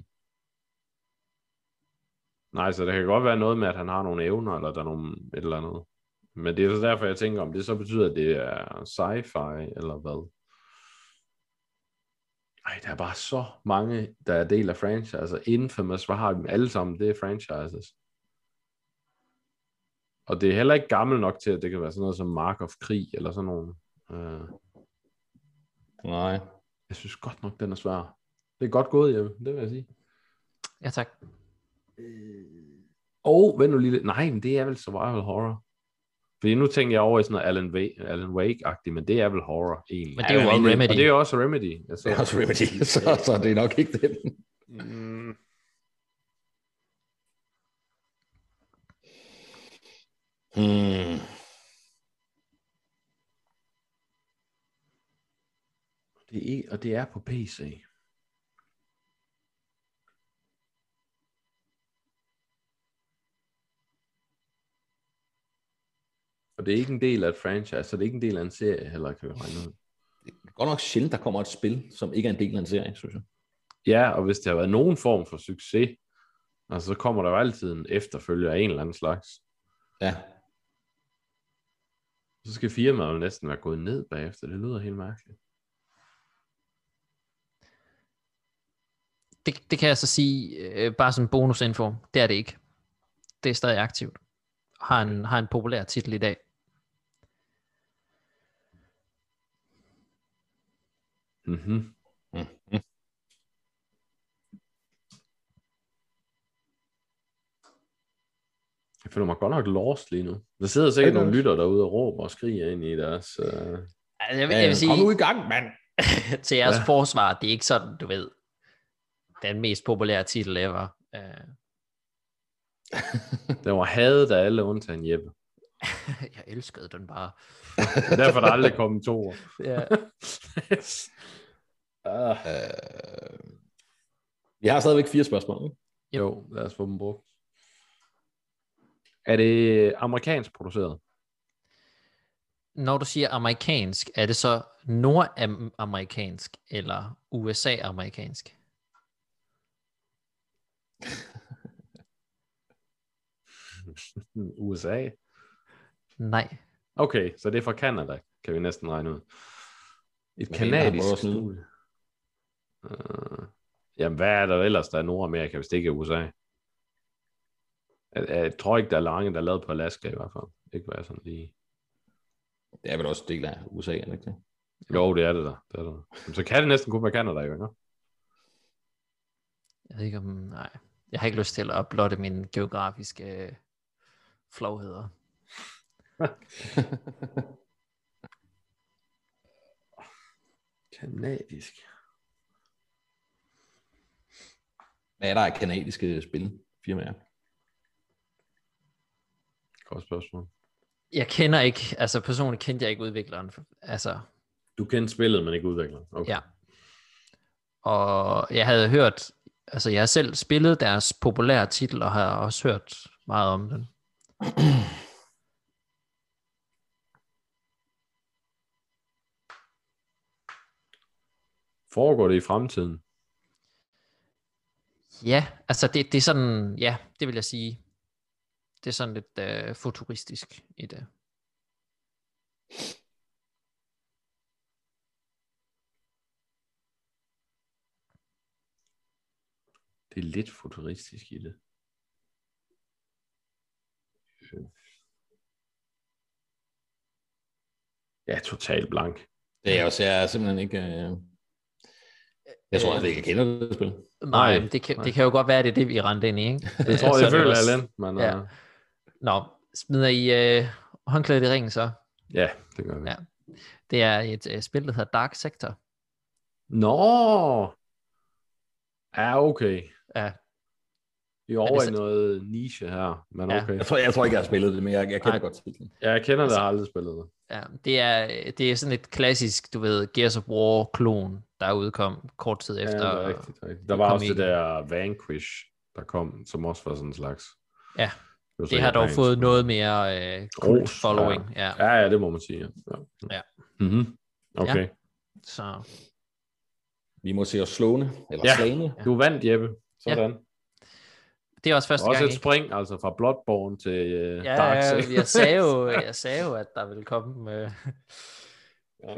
Nej, så det kan godt være noget med, at han har nogle evner, eller der er nogle, et eller andet. Men det er så derfor, jeg tænker, om det så betyder, at det er sci-fi, eller hvad? Ej, der er bare så mange, der er del af franchises. Altså Infamous, hvad har de alle sammen? Det er franchises. Og det er heller ikke gammel nok til, at det kan være sådan noget som Mark of Krig, eller sådan nogle. Uh... Nej. Jeg synes godt nok, den er svær. Det er godt gået, Jeppe, det vil jeg sige. Ja, tak. Øh... Og, vent nu lige lidt. Nej, men det er vel survival horror. Fordi nu tænker jeg over i sådan noget Alan, Wake, Alan Wake-agtigt, men det er vel horror egentlig. Men det er jo også Remedy. Og det er jo også Remedy. Altså, det er også Remedy, så, så det er nok ikke den. Mm. Hmm. Det er, og det er på P C. Og det er ikke en del af et franchise, så det er ikke en del af en serie heller, kan vi regne ud. Det er godt nok sjældent, der kommer et spil, som ikke er en del af en serie, synes jeg. Ja, og hvis det har været nogen form for succes, altså, så kommer der jo altid en efterfølger af en eller anden slags. Ja. Så skal firmaet jo næsten være gået ned bagefter. Det lyder helt mærkeligt. Det, det kan jeg så sige, øh, bare som bonusinfo, det er det ikke. Det er stadig aktivt. Har en, har en populær titel i dag. Mhm. Mm-hmm. Jeg føler mig godt nok lost lige nu. Der sidder sikkert Okay. nogle lytter derude og råber og skriger ind i deres... Uh... Altså, jeg, vil, Ja, jeg vil sige, kom nu i gang, mand! til jeres Ja. ja. forsvar, det er ikke sådan, du ved, den mest populære titel ever. Uh, Den var hadet af alle undtagen Jeppe. jeg elskede den bare. Det er derfor, der aldrig kom to år. Ja. ah. Øh, vi har stadigvæk fire spørgsmål. Ikke? Jo, lad os få dem brugt. Er det amerikansk produceret? Når du siger amerikansk, er det så nordamerikansk eller U S A-amerikansk? U S A? Nej. Okay, så det er fra Canada, kan vi næsten regne ud. Et Men det er kanadisk der, hvor studie. Uh, jamen, hvad er der ellers, der er Nordamerika, hvis det ikke er U S A? Jeg, jeg tror ikke, der er lange, der er lavet på Alaska i hvert fald. Ikke hvad jeg sådan lige... Det er vel også en del af U S A, er det ikke det? Jo, det er det der. Det er det. Så kan det næsten kun være Canada, jo, ikke? Jeg ved ikke om... Nej. Jeg har ikke lyst til at blotte mine geografiske øh, flovheder. Kanadisk. Hvad er der af kanadiske spilfirmaer? Godt spørgsmål. Jeg kender ikke, altså personligt kendte jeg ikke udvikleren. Altså, Du kender spillet, men ikke udvikleren. Okay. ja. Og jeg havde hørt, altså jeg har selv spillet deres populære titel, og har også hørt meget om den. Foregår det i fremtiden? Ja, altså det, det er sådan, ja, det vil jeg sige. Det er sådan lidt øh, futuristisk i det. Det er lidt futuristisk i det. Ja, totalt blank. Det er også, jeg er simpelthen ikke... Øh... Jeg tror, at jeg ikke kender det spil. Nej, Nej, men det kan, nej. det kan jo godt være, det er det, vi rendte ind i, ikke? Jeg tror, Så jeg er det føler også- Allan, men Ja. uh, Nå, smider I øh, håndklædet i ringen så? ja, det gør vi. Ja. Det er et øh, spil, der hedder Dark Sector. Nå! Ja, okay. Ja, Vi er over det i så- noget niche her, men Ja. okay. Jeg tror, jeg tror ikke, jeg har spillet det, men jeg, jeg kender Nej. godt titlen. Ja, jeg kender det, jeg har aldrig spillet det. ja. Det, er, det er sådan et klassisk, du ved, Gears of War-klon, der udkom kort tid Ja, efter. det er rigtigt, det er rigtigt. Der det var kom også i- det der Vanquish, der kom, som også var sådan en slags... Ja, var så det har dog japansk, fået men- noget mere øh, kult Ros, following. Ja. Ja, ja, det må man sige. Ja. Ja. Mm-hmm. Okay. Ja. Så Vi må se os slående, eller Ja. slagende. Du vandt, Jeppe. Sådan. det er også første Også gang, et ikke? spring, altså fra Bloodborne til uh, Ja, Dark ja, Sector. jeg sagde jo, jeg sagde jo, at der ville komme... Øh... Ja.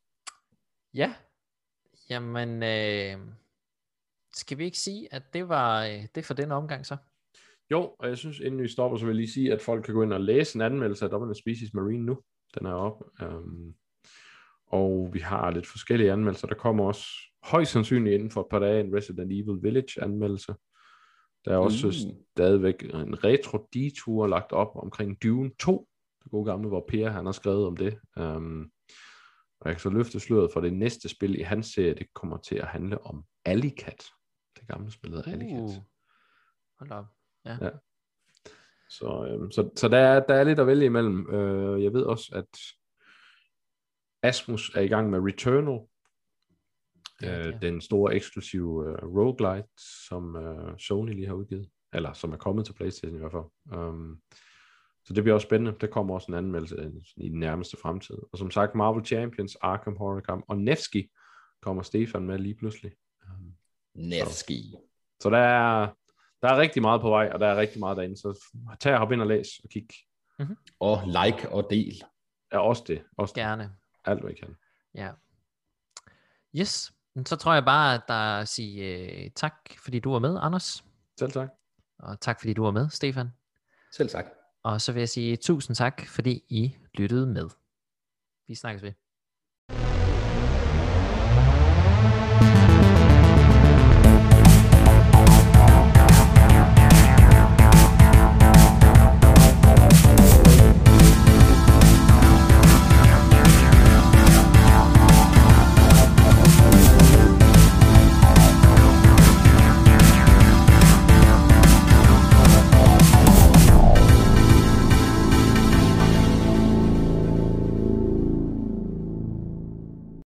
Ja, jamen, øh... skal vi ikke sige, at det var øh, det for den omgang så? Jo, og jeg synes, inden vi stopper, så vil jeg lige sige, at folk kan gå ind og læse en anmeldelse af Dominant Species Marine nu. Den er oppe. Um, og vi har lidt forskellige anmeldelser. Der kommer også højst sandsynligt inden for et par dage en Resident Evil Village anmeldelse. Der er også Mm. stadigvæk en retro detour lagt op omkring Dune to. Det gode gamle, hvor Per han har skrevet om det. Um, og jeg kan så løfte sløret for det næste spil i hans serie. Det kommer til at handle om Alicat. Det gamle spil hedder Alicat. Uh, hold op. Ja. Ja. Så, øhm, så, så der, er, der er lidt at vælge imellem. Øh, jeg ved også, at Asmus er i gang med Returnal. Ja, Øh, det er. den store eksklusive øh, roguelite, som øh, Sony lige har udgivet. Eller som er kommet til PlayStation i hvert fald. Um, Så det bliver også spændende. Der kommer også en anmeldelse i den nærmeste fremtid. Og som sagt, Marvel Champions, Arkham Horror Camp og Nevsky kommer Stefan med lige pludselig. Nevsky. Så, så der, er, der er rigtig meget på vej, og der er rigtig meget derinde. Så tag og hop ind og læs og kig. Mm-hmm. Og like og del. Ja, også det. Også det. Gerne. Alt, hvad I kan. Ja. Yes. Så tror jeg bare, at der siger uh, tak, fordi du var med, Anders. Selv tak. Og tak, fordi du var med, Stefan. Selv tak. Og så vil jeg sige tusind tak, fordi I lyttede med. Vi snakkes ved.